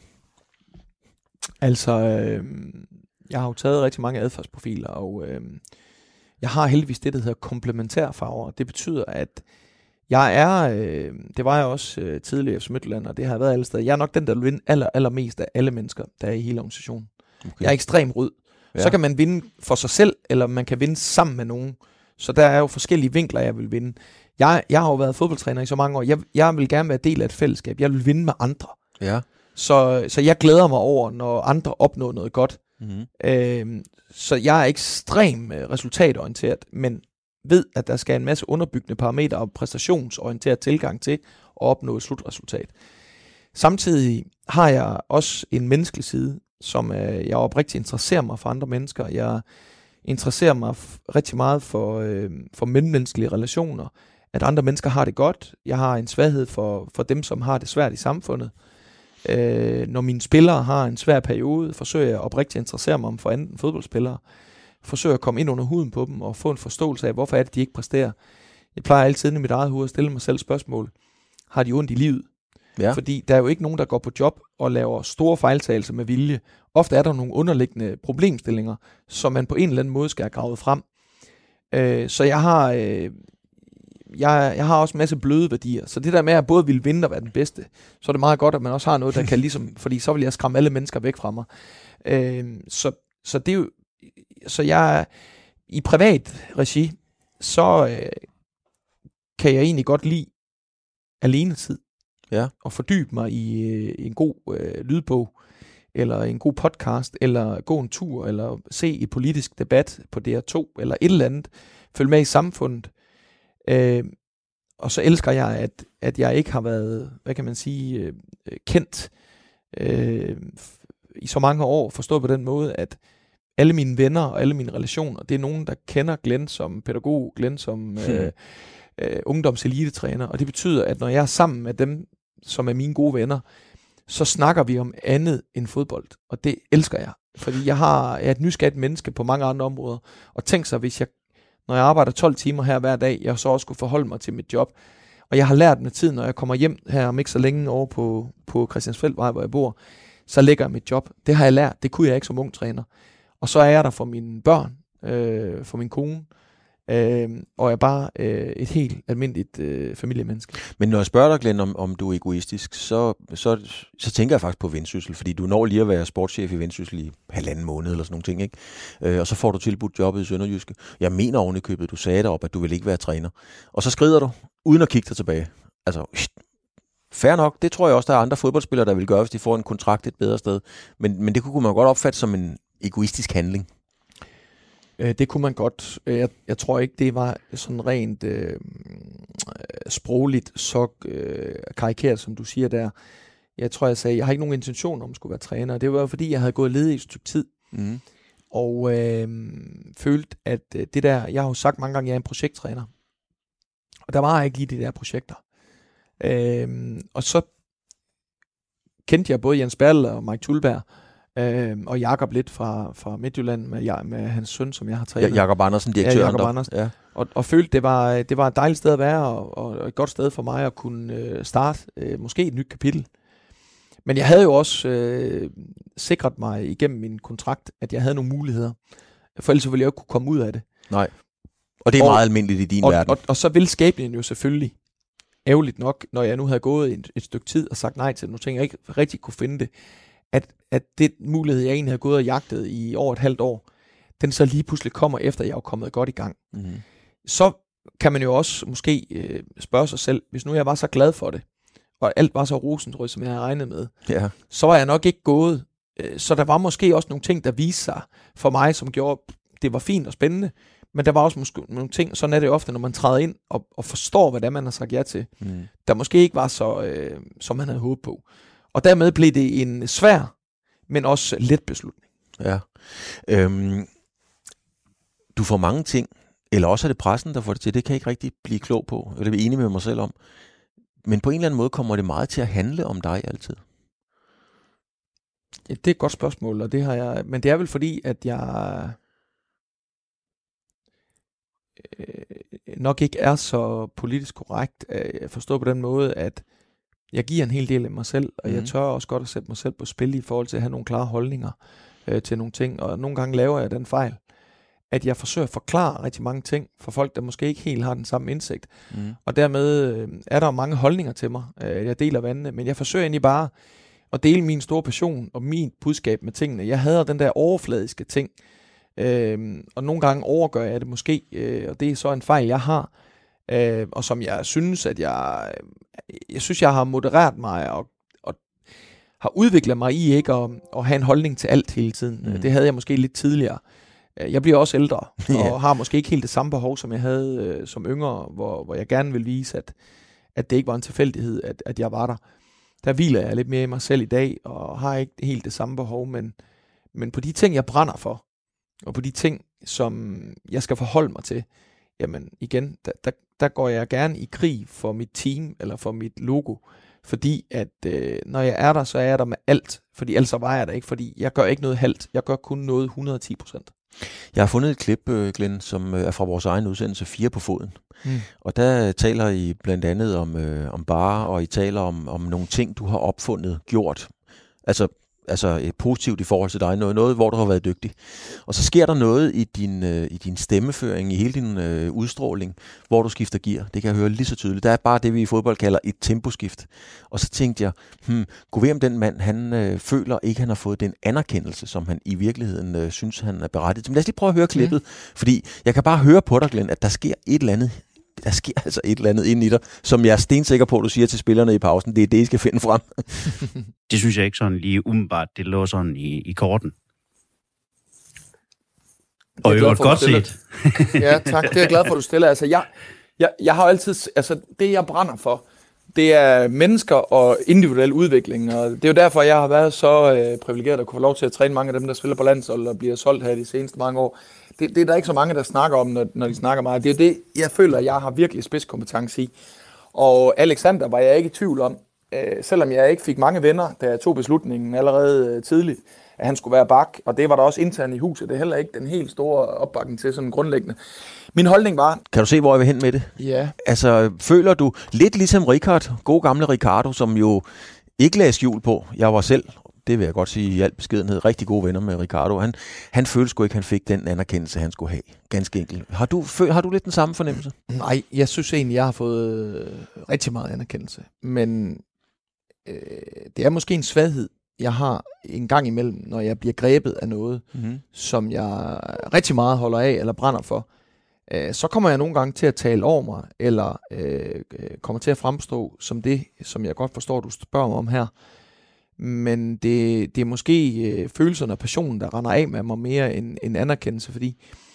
Altså, jeg har jo taget rigtig mange adfærdsprofiler, og jeg har heldigvis det, der hedder komplementærfarver. Det betyder, at jeg er, det var jeg også tidligere i Midtjylland, og det har jeg været alle steder. Jeg er nok den, der vil vinde allermest af alle mennesker, der er i hele organisationen. Okay. Jeg er ekstremt rød. Ja. Så kan man vinde for sig selv, eller man kan vinde sammen med nogen. Så der er jo forskellige vinkler, jeg vil vinde. Jeg har jo været fodboldtræner i så mange år. Jeg vil gerne være del af et fællesskab. Jeg vil vinde med andre. Ja. Så jeg glæder mig over, når andre opnår noget godt. Mm-hmm. Så jeg er ekstremt resultatorienteret, men ved, at der skal en masse underbyggende parametre og præstationsorienteret tilgang til at opnå et slutresultat. Samtidig har jeg også en menneskelig side, som jeg oprigtigt interesserer mig for andre mennesker. Jeg interesserer mig rigtig meget for mellemmenneskelige relationer, at andre mennesker har det godt. Jeg har en svaghed for dem, som har det svært i samfundet. Når mine spillere har en svær periode, forsøger jeg oprigtigt at interessere mig for anden fodboldspillere. Forsøger at komme ind under huden på dem og få en forståelse af, hvorfor er det, de ikke præsterer. Jeg plejer altid i mit eget hoved at stille mig selv spørgsmål. Har de ondt i livet? Ja. Fordi der er jo ikke nogen, der går på job og laver store fejltagelser med vilje. Ofte er der nogle underliggende problemstillinger, som man på en eller anden måde skal have gravet frem. Så jeg har også en masse bløde værdier. Så det der med at både ville vinde og være den bedste, så er det meget godt, at man også har noget, der kan ligesom, fordi så vil jeg skræmme alle mennesker væk fra mig. Så det er jo, så jeg i privat regi, så kan jeg egentlig godt lide alenetid. Ja. Og fordybe mig i en god lydbog, eller en god podcast, eller gå en tur, eller se et politisk debat på DR2, eller et eller andet. Følge med i samfundet. Og så elsker jeg, at jeg ikke har været, hvad kan man sige, kendt i så mange år, forstået på den måde, at alle mine venner og alle mine relationer, det er nogen, der kender Glenn som pædagog, Glenn som ungdomselite-træner, og det betyder, at når jeg er sammen med dem, som er mine gode venner, så snakker vi om andet end fodbold, og det elsker jeg, fordi jeg er et nysgerrigt menneske på mange andre områder, og tænk så, hvis jeg, når jeg arbejder 12 timer her hver dag, jeg så også kunne forholde mig til mit job, og jeg har lært med tiden, når jeg kommer hjem her om ikke så længe over på Christiansfeldvej, hvor jeg bor, så lægger jeg mit job. Det har jeg lært, det kunne jeg ikke som ung træner. Og så er jeg der for mine børn, for min kone, og jeg er bare et helt almindeligt familiemenneske. Men når jeg spørger dig, Glenn, om du er egoistisk, så tænker jeg faktisk på Vendsyssel, fordi du når lige at være sportschef i Vendsyssel i 1,5 måned eller sådan nogle ting, ikke? Og så får du tilbudt jobbet i Sønderjyske. Jeg mener ovenikøbet, du sagde derop, at du ville ikke være træner. Og så skrider du, uden at kigge dig tilbage. Altså, fair nok, det tror jeg også, der er andre fodboldspillere, der vil gøre, hvis de får en kontrakt et bedre sted. Men det kunne man godt opfatte som en egoistisk handling. Det kunne man godt. Jeg tror ikke, det var sådan rent sprogligt så karikeret, som du siger der. Jeg tror, jeg sagde, jeg har ikke nogen intention om at skulle være træner. Det var fordi, jeg havde gået ledig i et stykke tid. Og følte, at det der, jeg har jo sagt mange gange, jeg er en projekttræner. Og der var ikke lige de der projekter. Og så kendte jeg både Jens Bertel og Mike Tulberg, og Jakob lidt fra Midtjylland med hans søn, som jeg har trænet. Jakob Andersen, direktøren. Ja, Jakob Andersen. Ja. Og følte, det var et dejligt sted at være, og et godt sted for mig at kunne starte måske et nyt kapitel. Men jeg havde jo også sikret mig igennem min kontrakt, at jeg havde nogle muligheder. For ellers ville jeg jo ikke kunne komme ud af det. Nej. Og det er meget almindeligt i din verden. Og så vil skæbnen jo selvfølgelig, ærgerligt nok, når jeg nu havde gået et stykke tid og sagt nej til det, nu tænker jeg ikke rigtig kunne finde det, at det mulighed, jeg egentlig havde gået og jagtet i over et halvt år, den så lige pludselig kommer efter, jeg er kommet godt i gang. Så kan man jo også måske spørge sig selv, hvis nu jeg var så glad for det, og alt var så rosenrød, som jeg havde regnet med, så var jeg nok ikke gået. Så der var måske også nogle ting, der viste sig for mig, som gjorde, det var fint og spændende, men der var også måske nogle ting, sådan er det ofte, når man træder ind og forstår, hvad det er, man har sagt ja til, der måske ikke var så, som man havde håbet på. Og dermed blev det en svær, men også let beslutning. Ja. Du får mange ting, eller også er det pressen, der får det til. Det kan jeg ikke rigtig blive klog på, eller blive enig med mig selv om. Men på en eller anden måde kommer det meget til at handle om dig altid. Ja, det er et godt spørgsmål, og det har jeg. Men det er vel fordi, at jeg nok ikke er så politisk korrekt. Jeg forstår på den måde, at jeg giver en hel del af mig selv, og jeg tør også godt at sætte mig selv på spil i forhold til at have nogle klare holdninger til nogle ting. Og nogle gange laver jeg den fejl, at jeg forsøger at forklare rigtig mange ting for folk, der måske ikke helt har den samme indsigt. Og dermed er der mange holdninger til mig. Jeg deler vandene, men jeg forsøger egentlig bare at dele min store passion og min budskab med tingene. Jeg hader den der overfladiske ting, og nogle gange overgør jeg det måske, og det er så en fejl, jeg har, og som jeg synes, at jeg synes, jeg har modereret mig og har udviklet mig i ikke at have en holdning til alt hele tiden. Det havde jeg måske lidt tidligere. Jeg bliver også ældre, og har måske ikke helt det samme behov, som jeg havde som yngre, hvor jeg gerne vil vise, at det ikke var en tilfældighed, at jeg var der. Der hviler jeg lidt mere i mig selv i dag, og har ikke helt det samme behov, men på de ting, jeg brænder for, og på de ting, som jeg skal forholde mig til, jamen igen, der går jeg gerne i krig for mit team, eller for mit logo, fordi at når jeg er der, så er jeg der med alt, fordi ellers var jeg der ikke, fordi jeg gør ikke noget halvt, jeg gør kun noget 110%. Jeg har fundet et klip, Glenn, som er fra vores egen udsendelse 4 på foden. Og der taler I blandt andet om bare, og I taler om nogle ting, du har opfundet, gjort. Altså positivt i forhold til dig, noget hvor du har været dygtig. Og så sker der noget i din stemmeføring, i hele din udstråling, hvor du skifter gear. Det kan jeg høre lige så tydeligt. Der er bare det, vi i fodbold kalder et temposkift. Og så tænkte jeg, gå ved om den mand, han føler ikke, han har fået den anerkendelse, som han i virkeligheden synes, han er berettiget til. Men lad os lige prøve at høre klippet, fordi jeg kan bare høre på dig, Glenn, at der sker et eller andet. Der sker altså et eller andet inde i dig, som jeg er stensikker på, at du siger til spillerne i pausen, det er det, I skal finde frem. Det synes jeg ikke sådan lige umiddelbart, det lå sådan i korten. Og det var godt set. Ja, tak. Det er jeg glad for, at du stiller. Altså, jeg har altid, altså det jeg brænder for, det er mennesker og individuel udvikling, og det er jo derfor, jeg har været så privilegeret at kunne få lov til at træne mange af dem, der spiller på landshold og bliver solgt her de seneste mange år. Det er der ikke så mange, der snakker om, når de snakker meget. Det er jo det, jeg føler, jeg har virkelig spidskompetence i. Og Alexander var jeg ikke i tvivl om, selvom jeg ikke fik mange venner, da jeg tog beslutningen allerede tidligt, at han skulle være bak, og det var der også internt i huset. Det er heller ikke den helt store opbakning til sådan grundlæggende. Min holdning var... Kan du se, hvor jeg vil hen med det? Ja. Altså, føler du lidt ligesom Richard, god gamle Ricardo, som jo ikke lagde skjul på. Jeg var selv, det vil jeg godt sige i al beskedenhed, rigtig gode venner med Ricardo. Han følte sgu ikke, han fik den anerkendelse, han skulle have. Ganske enkelt. Har du lidt den samme fornemmelse? Nej, jeg synes egentlig, jeg har fået rigtig meget anerkendelse. Men det er måske en svaghed, jeg har en gang imellem, når jeg bliver grebet af noget, som jeg rigtig meget holder af eller brænder for. Så kommer jeg nogle gange til at tale over mig, eller kommer til at fremstå som det, som jeg godt forstår, du spørger mig om her. Men det er måske følelserne og passionen, der render af med mig mere end anerkendelse, fordi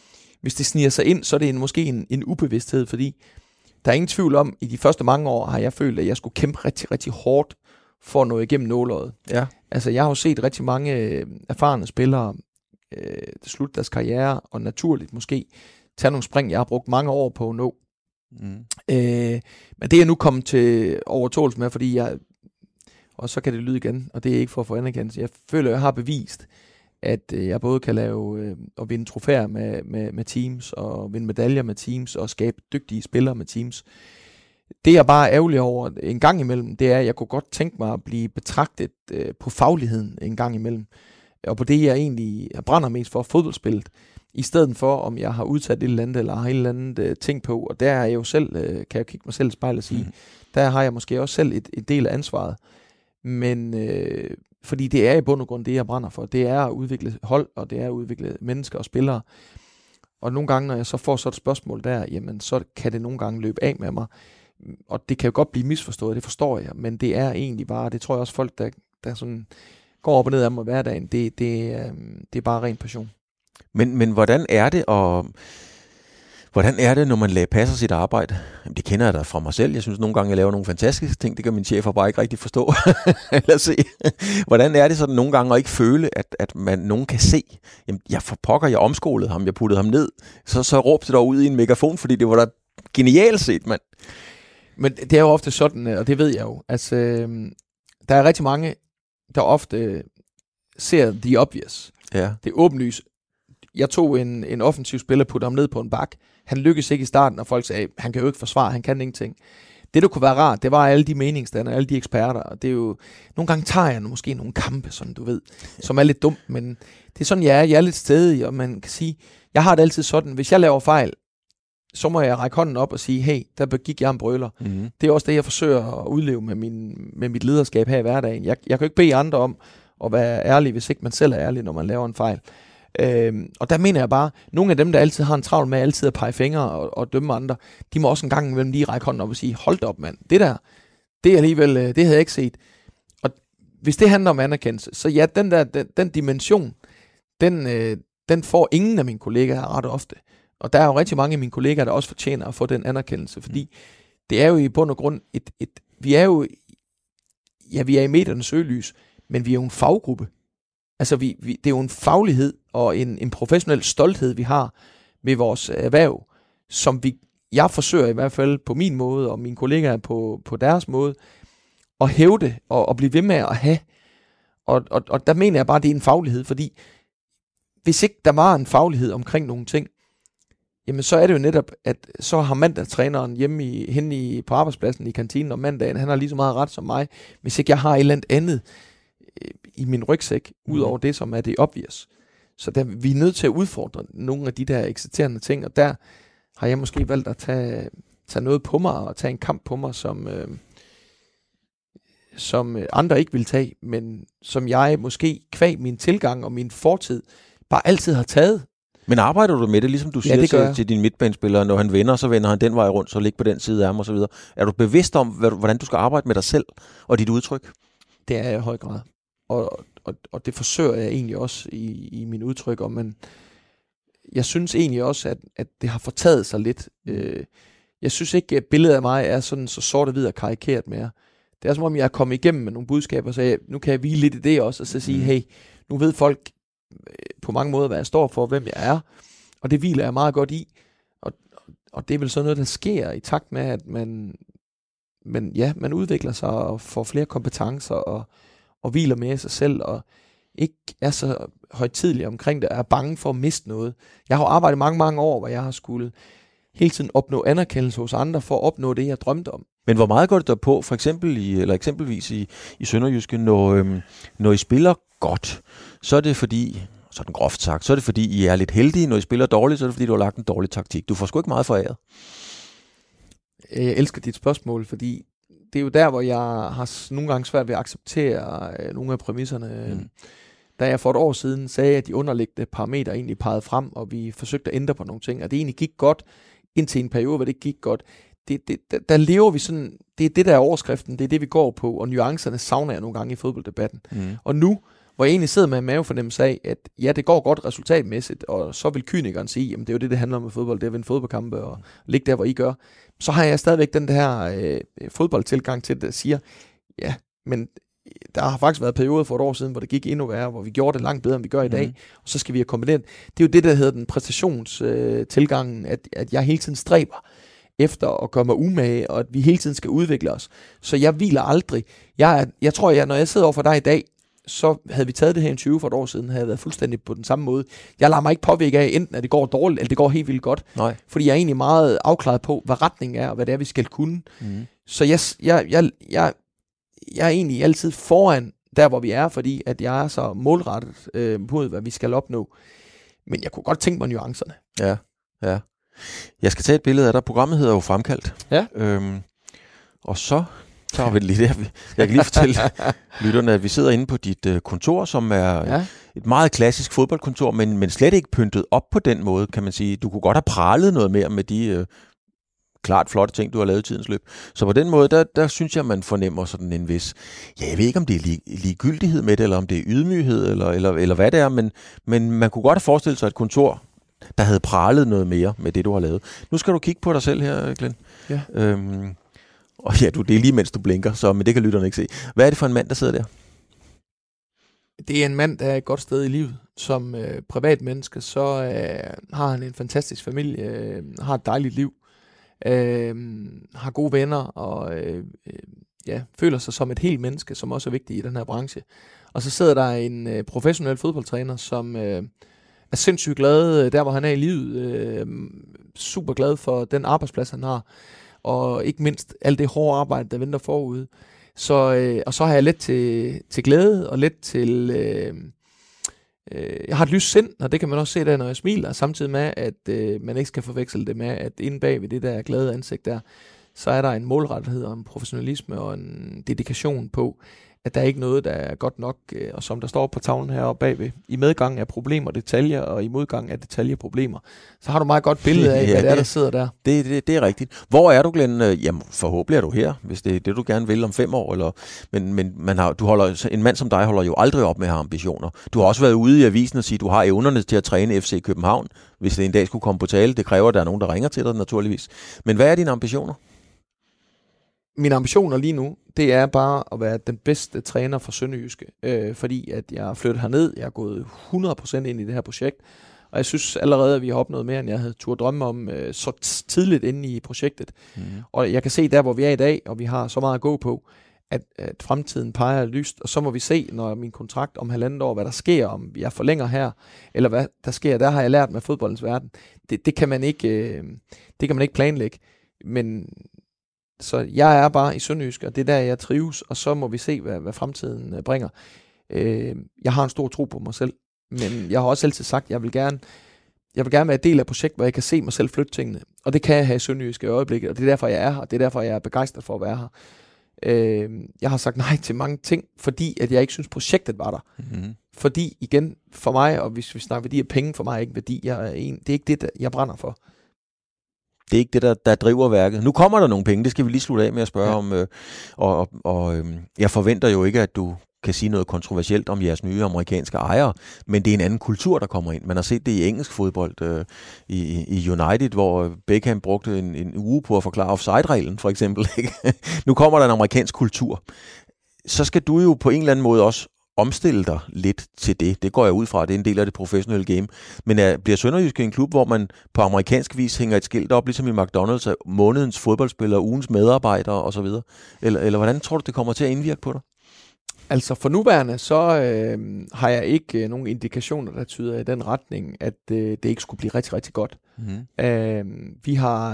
hvis det sniger sig ind, så er det måske en ubevidsthed, fordi der er ingen tvivl om, i de første mange år har jeg følt, at jeg skulle kæmpe rigtig, rigtig hårdt for at nå igennem nåløjet. Ja. Altså, jeg har jo set rigtig mange erfarne spillere slutte deres karriere, og naturligt måske tage nogle spring, jeg har brugt mange år på at nå. Men det er jeg nu kommet til overtåelse med, fordi og så kan det lyde igen, og det er ikke for at få anerkendelse. Jeg føler, jeg har bevist, at jeg både kan lave og vinde trofæer med teams, og vinde medaljer med teams, og skabe dygtige spillere med teams. Det jeg bare er ærgerlig over en gang imellem, det er, at jeg kunne godt tænke mig at blive betragtet på fagligheden en gang imellem, og på det jeg egentlig brænder mest for, fodboldspillet, i stedet for om jeg har udsat et eller andet, eller har et eller andet ting på, og der er jeg jo selv, kan jeg kigge mig selv i spejlet og sige, der har jeg måske også selv et del af ansvaret, men fordi det er i bund og grund det, jeg brænder for, det er at udvikle hold, og det er at udvikle mennesker og spillere, og nogle gange, når jeg så får så et spørgsmål der, jamen så kan det nogle gange løbe af med mig, og det kan jo godt blive misforstået, det forstår jeg, men det er egentlig bare, det tror jeg også folk, der sådan går op og ned af mig hverdagen, det er bare ren passion. Men hvordan er det, når man passer sit arbejde? Jamen, det kender jeg da fra mig selv. Jeg synes nogle gange, jeg laver nogle fantastiske ting. Det kan min chefer bare ikke rigtig forstå. Eller se. Hvordan er det sådan nogle gange at ikke føle, at nogen kan se? Jamen, jeg omskolede ham, jeg puttede ham ned. Så råbte det der ud i en megafon, fordi det var da genialt set, mand. Men det er jo ofte sådan, og det ved jeg jo. Altså, der er rigtig mange, der ofte ser the obvious. Ja. Det er åbenlyst. Jeg tog en offensiv spiller, puttede ham ned på en bak. Han lykkedes ikke i starten, og folk sagde, han kan jo ikke forsvare, han kan ingenting. Det, der kunne være rart, det var alle de meningsdannere, alle de eksperter, og det er jo, nogle gange tager jeg måske nogle kampe, sådan du ved, som er lidt dumt, men det er sådan, jeg er lidt stedig, og man kan sige, jeg har det altid sådan, hvis jeg laver fejl, så må jeg række hånden op og sige, hey, der begik jeg en brøler. Mm-hmm. Det er også det, jeg forsøger at udleve med mit lederskab her i hverdagen. Jeg kan jo ikke bede andre om at være ærlig, hvis ikke man selv er ærlig, når man laver en fejl. Og der mener jeg bare, nogle af dem, der altid har en travl med altid at pege fingre og dømme andre, de må også en gang imellem lige række hånden op og sige, hold da op mand, det der, det er alligevel, det havde jeg ikke set. Og hvis det handler om anerkendelse, så ja, den dimension, den får ingen af mine kollegaer ret ofte. Og der er jo rigtig mange af mine kollegaer, der også fortjener at få den anerkendelse, fordi det er jo i bund og grund vi er i mediernes søgelys, men vi er jo en faggruppe. Altså, det er jo en faglighed og en professionel stolthed, vi har ved vores erhverv, som jeg forsøger i hvert fald på min måde, og mine kollegaer på deres måde, at hævde og blive ved med at have. Og der mener jeg bare, at det er en faglighed, fordi hvis ikke der var en faglighed omkring nogle ting, jamen så er det jo netop, at så har mandagstræneren henne på arbejdspladsen i kantinen om mandagen, han har lige så meget ret som mig, hvis ikke jeg har et eller andet i min rygsæk, ud over det, som er det obvious. Så vi er nødt til at udfordre nogle af de der eksisterende ting, og der har jeg måske valgt at tage noget på mig, og tage en kamp på mig, som andre ikke vil tage, men som jeg måske kvæg min tilgang og min fortid bare altid har taget. Men arbejder du med det, ligesom du siger til din midtbanespiller, når han vender, så vender han den vej rundt, så ligger på den side af ham og så videre. Er du bevidst om, hvordan du skal arbejde med dig selv og dit udtryk? Det er jeg i høj grad. Og det forsøger jeg egentlig også i min udtryk, men jeg synes egentlig også, at det har fortaget sig lidt. Jeg synes ikke, at billedet af mig er sådan så sort og hvid og karikeret mere. Det er som om, jeg er kommet igennem med nogle budskaber, så nu kan jeg hvile lidt i det også, og så sige, hey, nu ved folk på mange måder, hvad jeg står for, hvem jeg er, og det hviler jeg meget godt i. Og det er vel sådan noget, der sker i takt med, at man udvikler sig og får flere kompetencer og hviler mere i sig selv, og ikke er så højtidlig omkring det, og er bange for at miste noget. Jeg har arbejdet mange, mange år, hvor jeg har skulle hele tiden opnå anerkendelse hos andre, for at opnå det, jeg drømte om. Men hvor meget går det der på, for eksempelvis i Sønderjyske, når I spiller godt, så er det fordi, sådan groft sagt, så er det fordi, I er lidt heldige. Når I spiller dårligt, så er det fordi, du har lagt en dårlig taktik. Du får sgu ikke meget foræret. Jeg elsker dit spørgsmål, fordi det er jo der, hvor jeg har nogle gange svært ved at acceptere nogle af præmisserne. Da jeg for et år siden sagde, at de underliggende parametre egentlig pegede frem, og vi forsøgte at ændre på nogle ting, og det egentlig gik godt, indtil en periode, hvor det gik godt. Der lever vi sådan, det er det, der er overskriften, det er det, vi går på, og nuancerne savner jeg nogle gange i fodbolddebatten. Og nu, hvor jeg egentlig sidder med en mavefornemmelse af, at ja, det går godt resultatmæssigt, og så vil kynikeren sige, jamen det er jo det handler om med fodbold, det er at vinde fodboldkampe og ligge der, hvor I gør. Så har jeg stadigvæk den her fodboldtilgang til det, der siger, ja, men der har faktisk været perioder for et år siden, hvor det gik endnu værre, hvor vi gjorde det langt bedre, end vi gør i dag, og så skal vi have kombineret. Det er jo det, der hedder den præstationstilgangen, at jeg hele tiden stræber efter at gøre mig umage, og at vi hele tiden skal udvikle os. Så jeg hviler aldrig. Jeg tror, når jeg sidder over for dig i dag, så havde vi taget det her interview for et år siden, havde jeg været fuldstændig på den samme måde. Jeg lader mig ikke påvirke af, enten at det går dårligt, eller det går helt vildt godt. Nej. Fordi jeg er egentlig meget afklaret på, hvad retningen er, og hvad det er, vi skal kunne. Så jeg er egentlig altid foran der, hvor vi er, fordi at jeg er så målrettet på, hvad vi skal opnå. Men jeg kunne godt tænke mig nuancerne. Ja. Jeg skal tage et billede af dig. Programmet hedder jo Fremkaldt. Ja. Og så tager vi det lige der. Jeg kan lige fortælle lytterne, at vi sidder inde på dit kontor, som er et meget klassisk fodboldkontor, men slet ikke pyntet op på den måde, kan man sige. Du kunne godt have pralet noget mere med de klart flotte ting, du har lavet i tidens løb. Så på den måde, der synes jeg, man fornemmer sådan en vis, jeg ved ikke, om det er ligegyldighed med det, eller om det er ydmyghed, eller hvad det er, men man kunne godt have forestillet sig et kontor, der havde pralet noget mere med det, du har lavet. Nu skal du kigge på dig selv her, Glenn. Ja. Og ja, det er lige mens du blinker, men det kan lytterne ikke se. Hvad er det for en mand, der sidder der? Det er en mand, der er et godt sted i livet. Som privat menneske, så har han en fantastisk familie, har et dejligt liv, har gode venner, og føler sig som et helt menneske, som også er vigtigt i den her branche. Og så sidder der en professionel fodboldtræner, som er sindssygt glad der, hvor han er i livet. Super glad for den arbejdsplads, han har. Og ikke mindst alt det hårde arbejde, der venter forude. Og så har jeg let til glæde, og let til... jeg har et lyst sind, og det kan man også se der, når jeg smiler, samtidig med, at man ikke skal forveksle det med, at inde bag ved det der glade ansigt der, så er der en målrettighed og en professionalisme og en dedikation på, at der er ikke noget, der er godt nok, og som der står på tavlen heroppe bagved. I medgang er problemer detaljer, og i modgang er detaljer problemer. Så har du meget godt billede af, hvad det er, der sidder der. Det er rigtigt. Hvor er du, Glenn? Jamen, forhåbentlig er du her, hvis det er det, du gerne vil om 5 år. Eller, men en mand som dig holder jo aldrig op med at have ambitioner. Du har også været ude i avisen og sige, at du har evnerne til at træne FC København, hvis det en dag skulle komme på tale. Det kræver, at der er nogen, der ringer til dig, naturligvis. Men hvad er dine ambitioner? Mine ambitioner lige nu, det er bare at være den bedste træner for Sønderjyske, fordi at jeg er flyttet herned, jeg er gået 100% ind i det her projekt, og jeg synes allerede, at vi har opnået mere, end jeg havde turde drømme om så tidligt inde i projektet. Og jeg kan se der, hvor vi er i dag, og vi har så meget at gå på, at fremtiden peger lyst, og så må vi se, når min kontrakt om 1,5 år, hvad der sker, om jeg forlænger her, eller hvad der sker. Der har jeg lært med fodboldens verden. Det kan man ikke planlægge, men så jeg er bare i Sønderjysk, og det er der, jeg trives, og så må vi se, hvad fremtiden bringer. Jeg har en stor tro på mig selv, men jeg har også altid sagt, at jeg vil gerne være en del af et projekt, hvor jeg kan se mig selv flytte tingene. Og det kan jeg have i Sønderjysk i øjeblikket, og det er derfor, jeg er her, og det er derfor, jeg er begejstret for at være her. Jeg har sagt nej til mange ting, fordi at jeg ikke synes, projektet var der. Fordi igen, for mig, og hvis vi snakker værdi af penge, for mig er ikke værdi. Det er ikke det, jeg brænder for. Det er ikke det, der driver værket. Nu kommer der nogle penge, det skal vi lige slutte af med at spørge om. Jeg forventer jo ikke, at du kan sige noget kontroversielt om jeres nye amerikanske ejere, men det er en anden kultur, der kommer ind. Man har set det i engelsk fodbold, i United, hvor Beckham brugte en uge på at forklare offside-reglen, for eksempel. Nu kommer der en amerikansk kultur. Så skal du jo på en eller anden måde også omstille dig lidt til det. Det går jeg ud fra, det er en del af det professionelle game. Men bliver Sønderjyske en klub, hvor man på amerikansk vis hænger et skilt op, ligesom i McDonald's, månedens fodboldspiller, ugens medarbejdere osv.? Eller hvordan tror du, det kommer til at indvirke på dig? Altså for nuværende, så har jeg ikke nogen indikationer, der tyder i den retning, at det ikke skulle blive rigtig, rigtig godt. Vi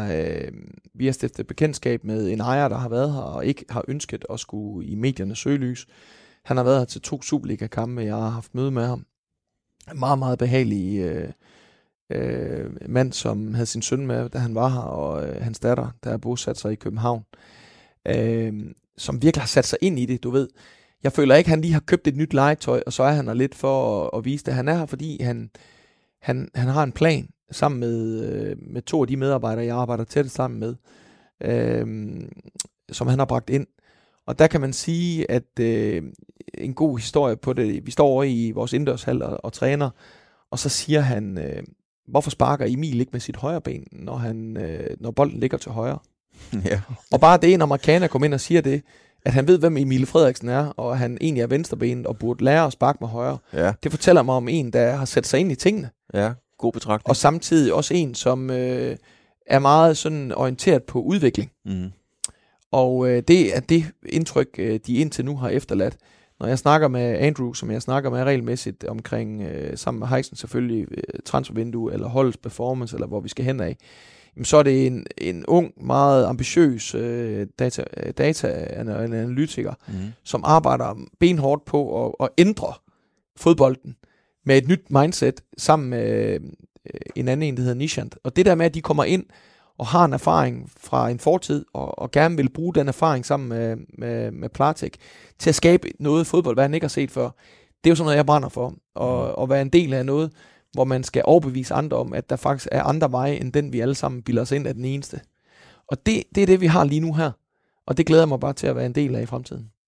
har stiftet bekendtskab med en ejer, der har været her og ikke har ønsket at skulle i mediernes søgelys. Han har været her til 2 Superliga-kampe, jeg har haft møde med ham. En meget, meget behagelig mand, som havde sin søn med, da han var her, og hans datter, der er bosat sig i København, som virkelig har sat sig ind i det, du ved. Jeg føler ikke, at han lige har købt et nyt legetøj, og så er han her lidt for at vise det. Han er her, fordi han har en plan sammen med 2 af de medarbejdere, jeg arbejder tæt sammen med, som han har bragt ind. Og der kan man sige, at en god historie på det, vi står over i vores indendørshal og træner, og så siger han, hvorfor sparker Emil ikke med sit højre ben, når bolden ligger til højre? Ja. Og bare det, en amerikaner kommer ind og siger det, at han ved, hvem Emil Frederiksen er, og han egentlig er venstrebenet og burde lære at sparke med højre. Ja. Det fortæller mig om en, der har sat sig ind i tingene. Ja, god betragtning. Og samtidig også en, som er meget sådan orienteret på udvikling. Mm. Og det er det indtryk, de indtil nu har efterladt. Når jeg snakker med Andrew, som jeg snakker med regelmæssigt omkring, sammen med Heisen selvfølgelig, transfervindue, eller holdets performance, eller hvor vi skal hen af, så er det en ung, meget ambitiøs data-analytiker, som arbejder benhårdt på at ændre fodbolden med et nyt mindset, sammen med en anden en, der hedder Nishant. Og det der med, at de kommer ind og har en erfaring fra en fortid, og gerne vil bruge den erfaring sammen med Platek, til at skabe noget fodbold, hvad han ikke har set før, det er jo sådan noget, jeg brænder for. Og være en del af noget, hvor man skal overbevise andre om, at der faktisk er andre veje, end den vi alle sammen bilder os ind af den eneste. Og det er det, vi har lige nu her. Og det glæder mig bare til at være en del af i fremtiden.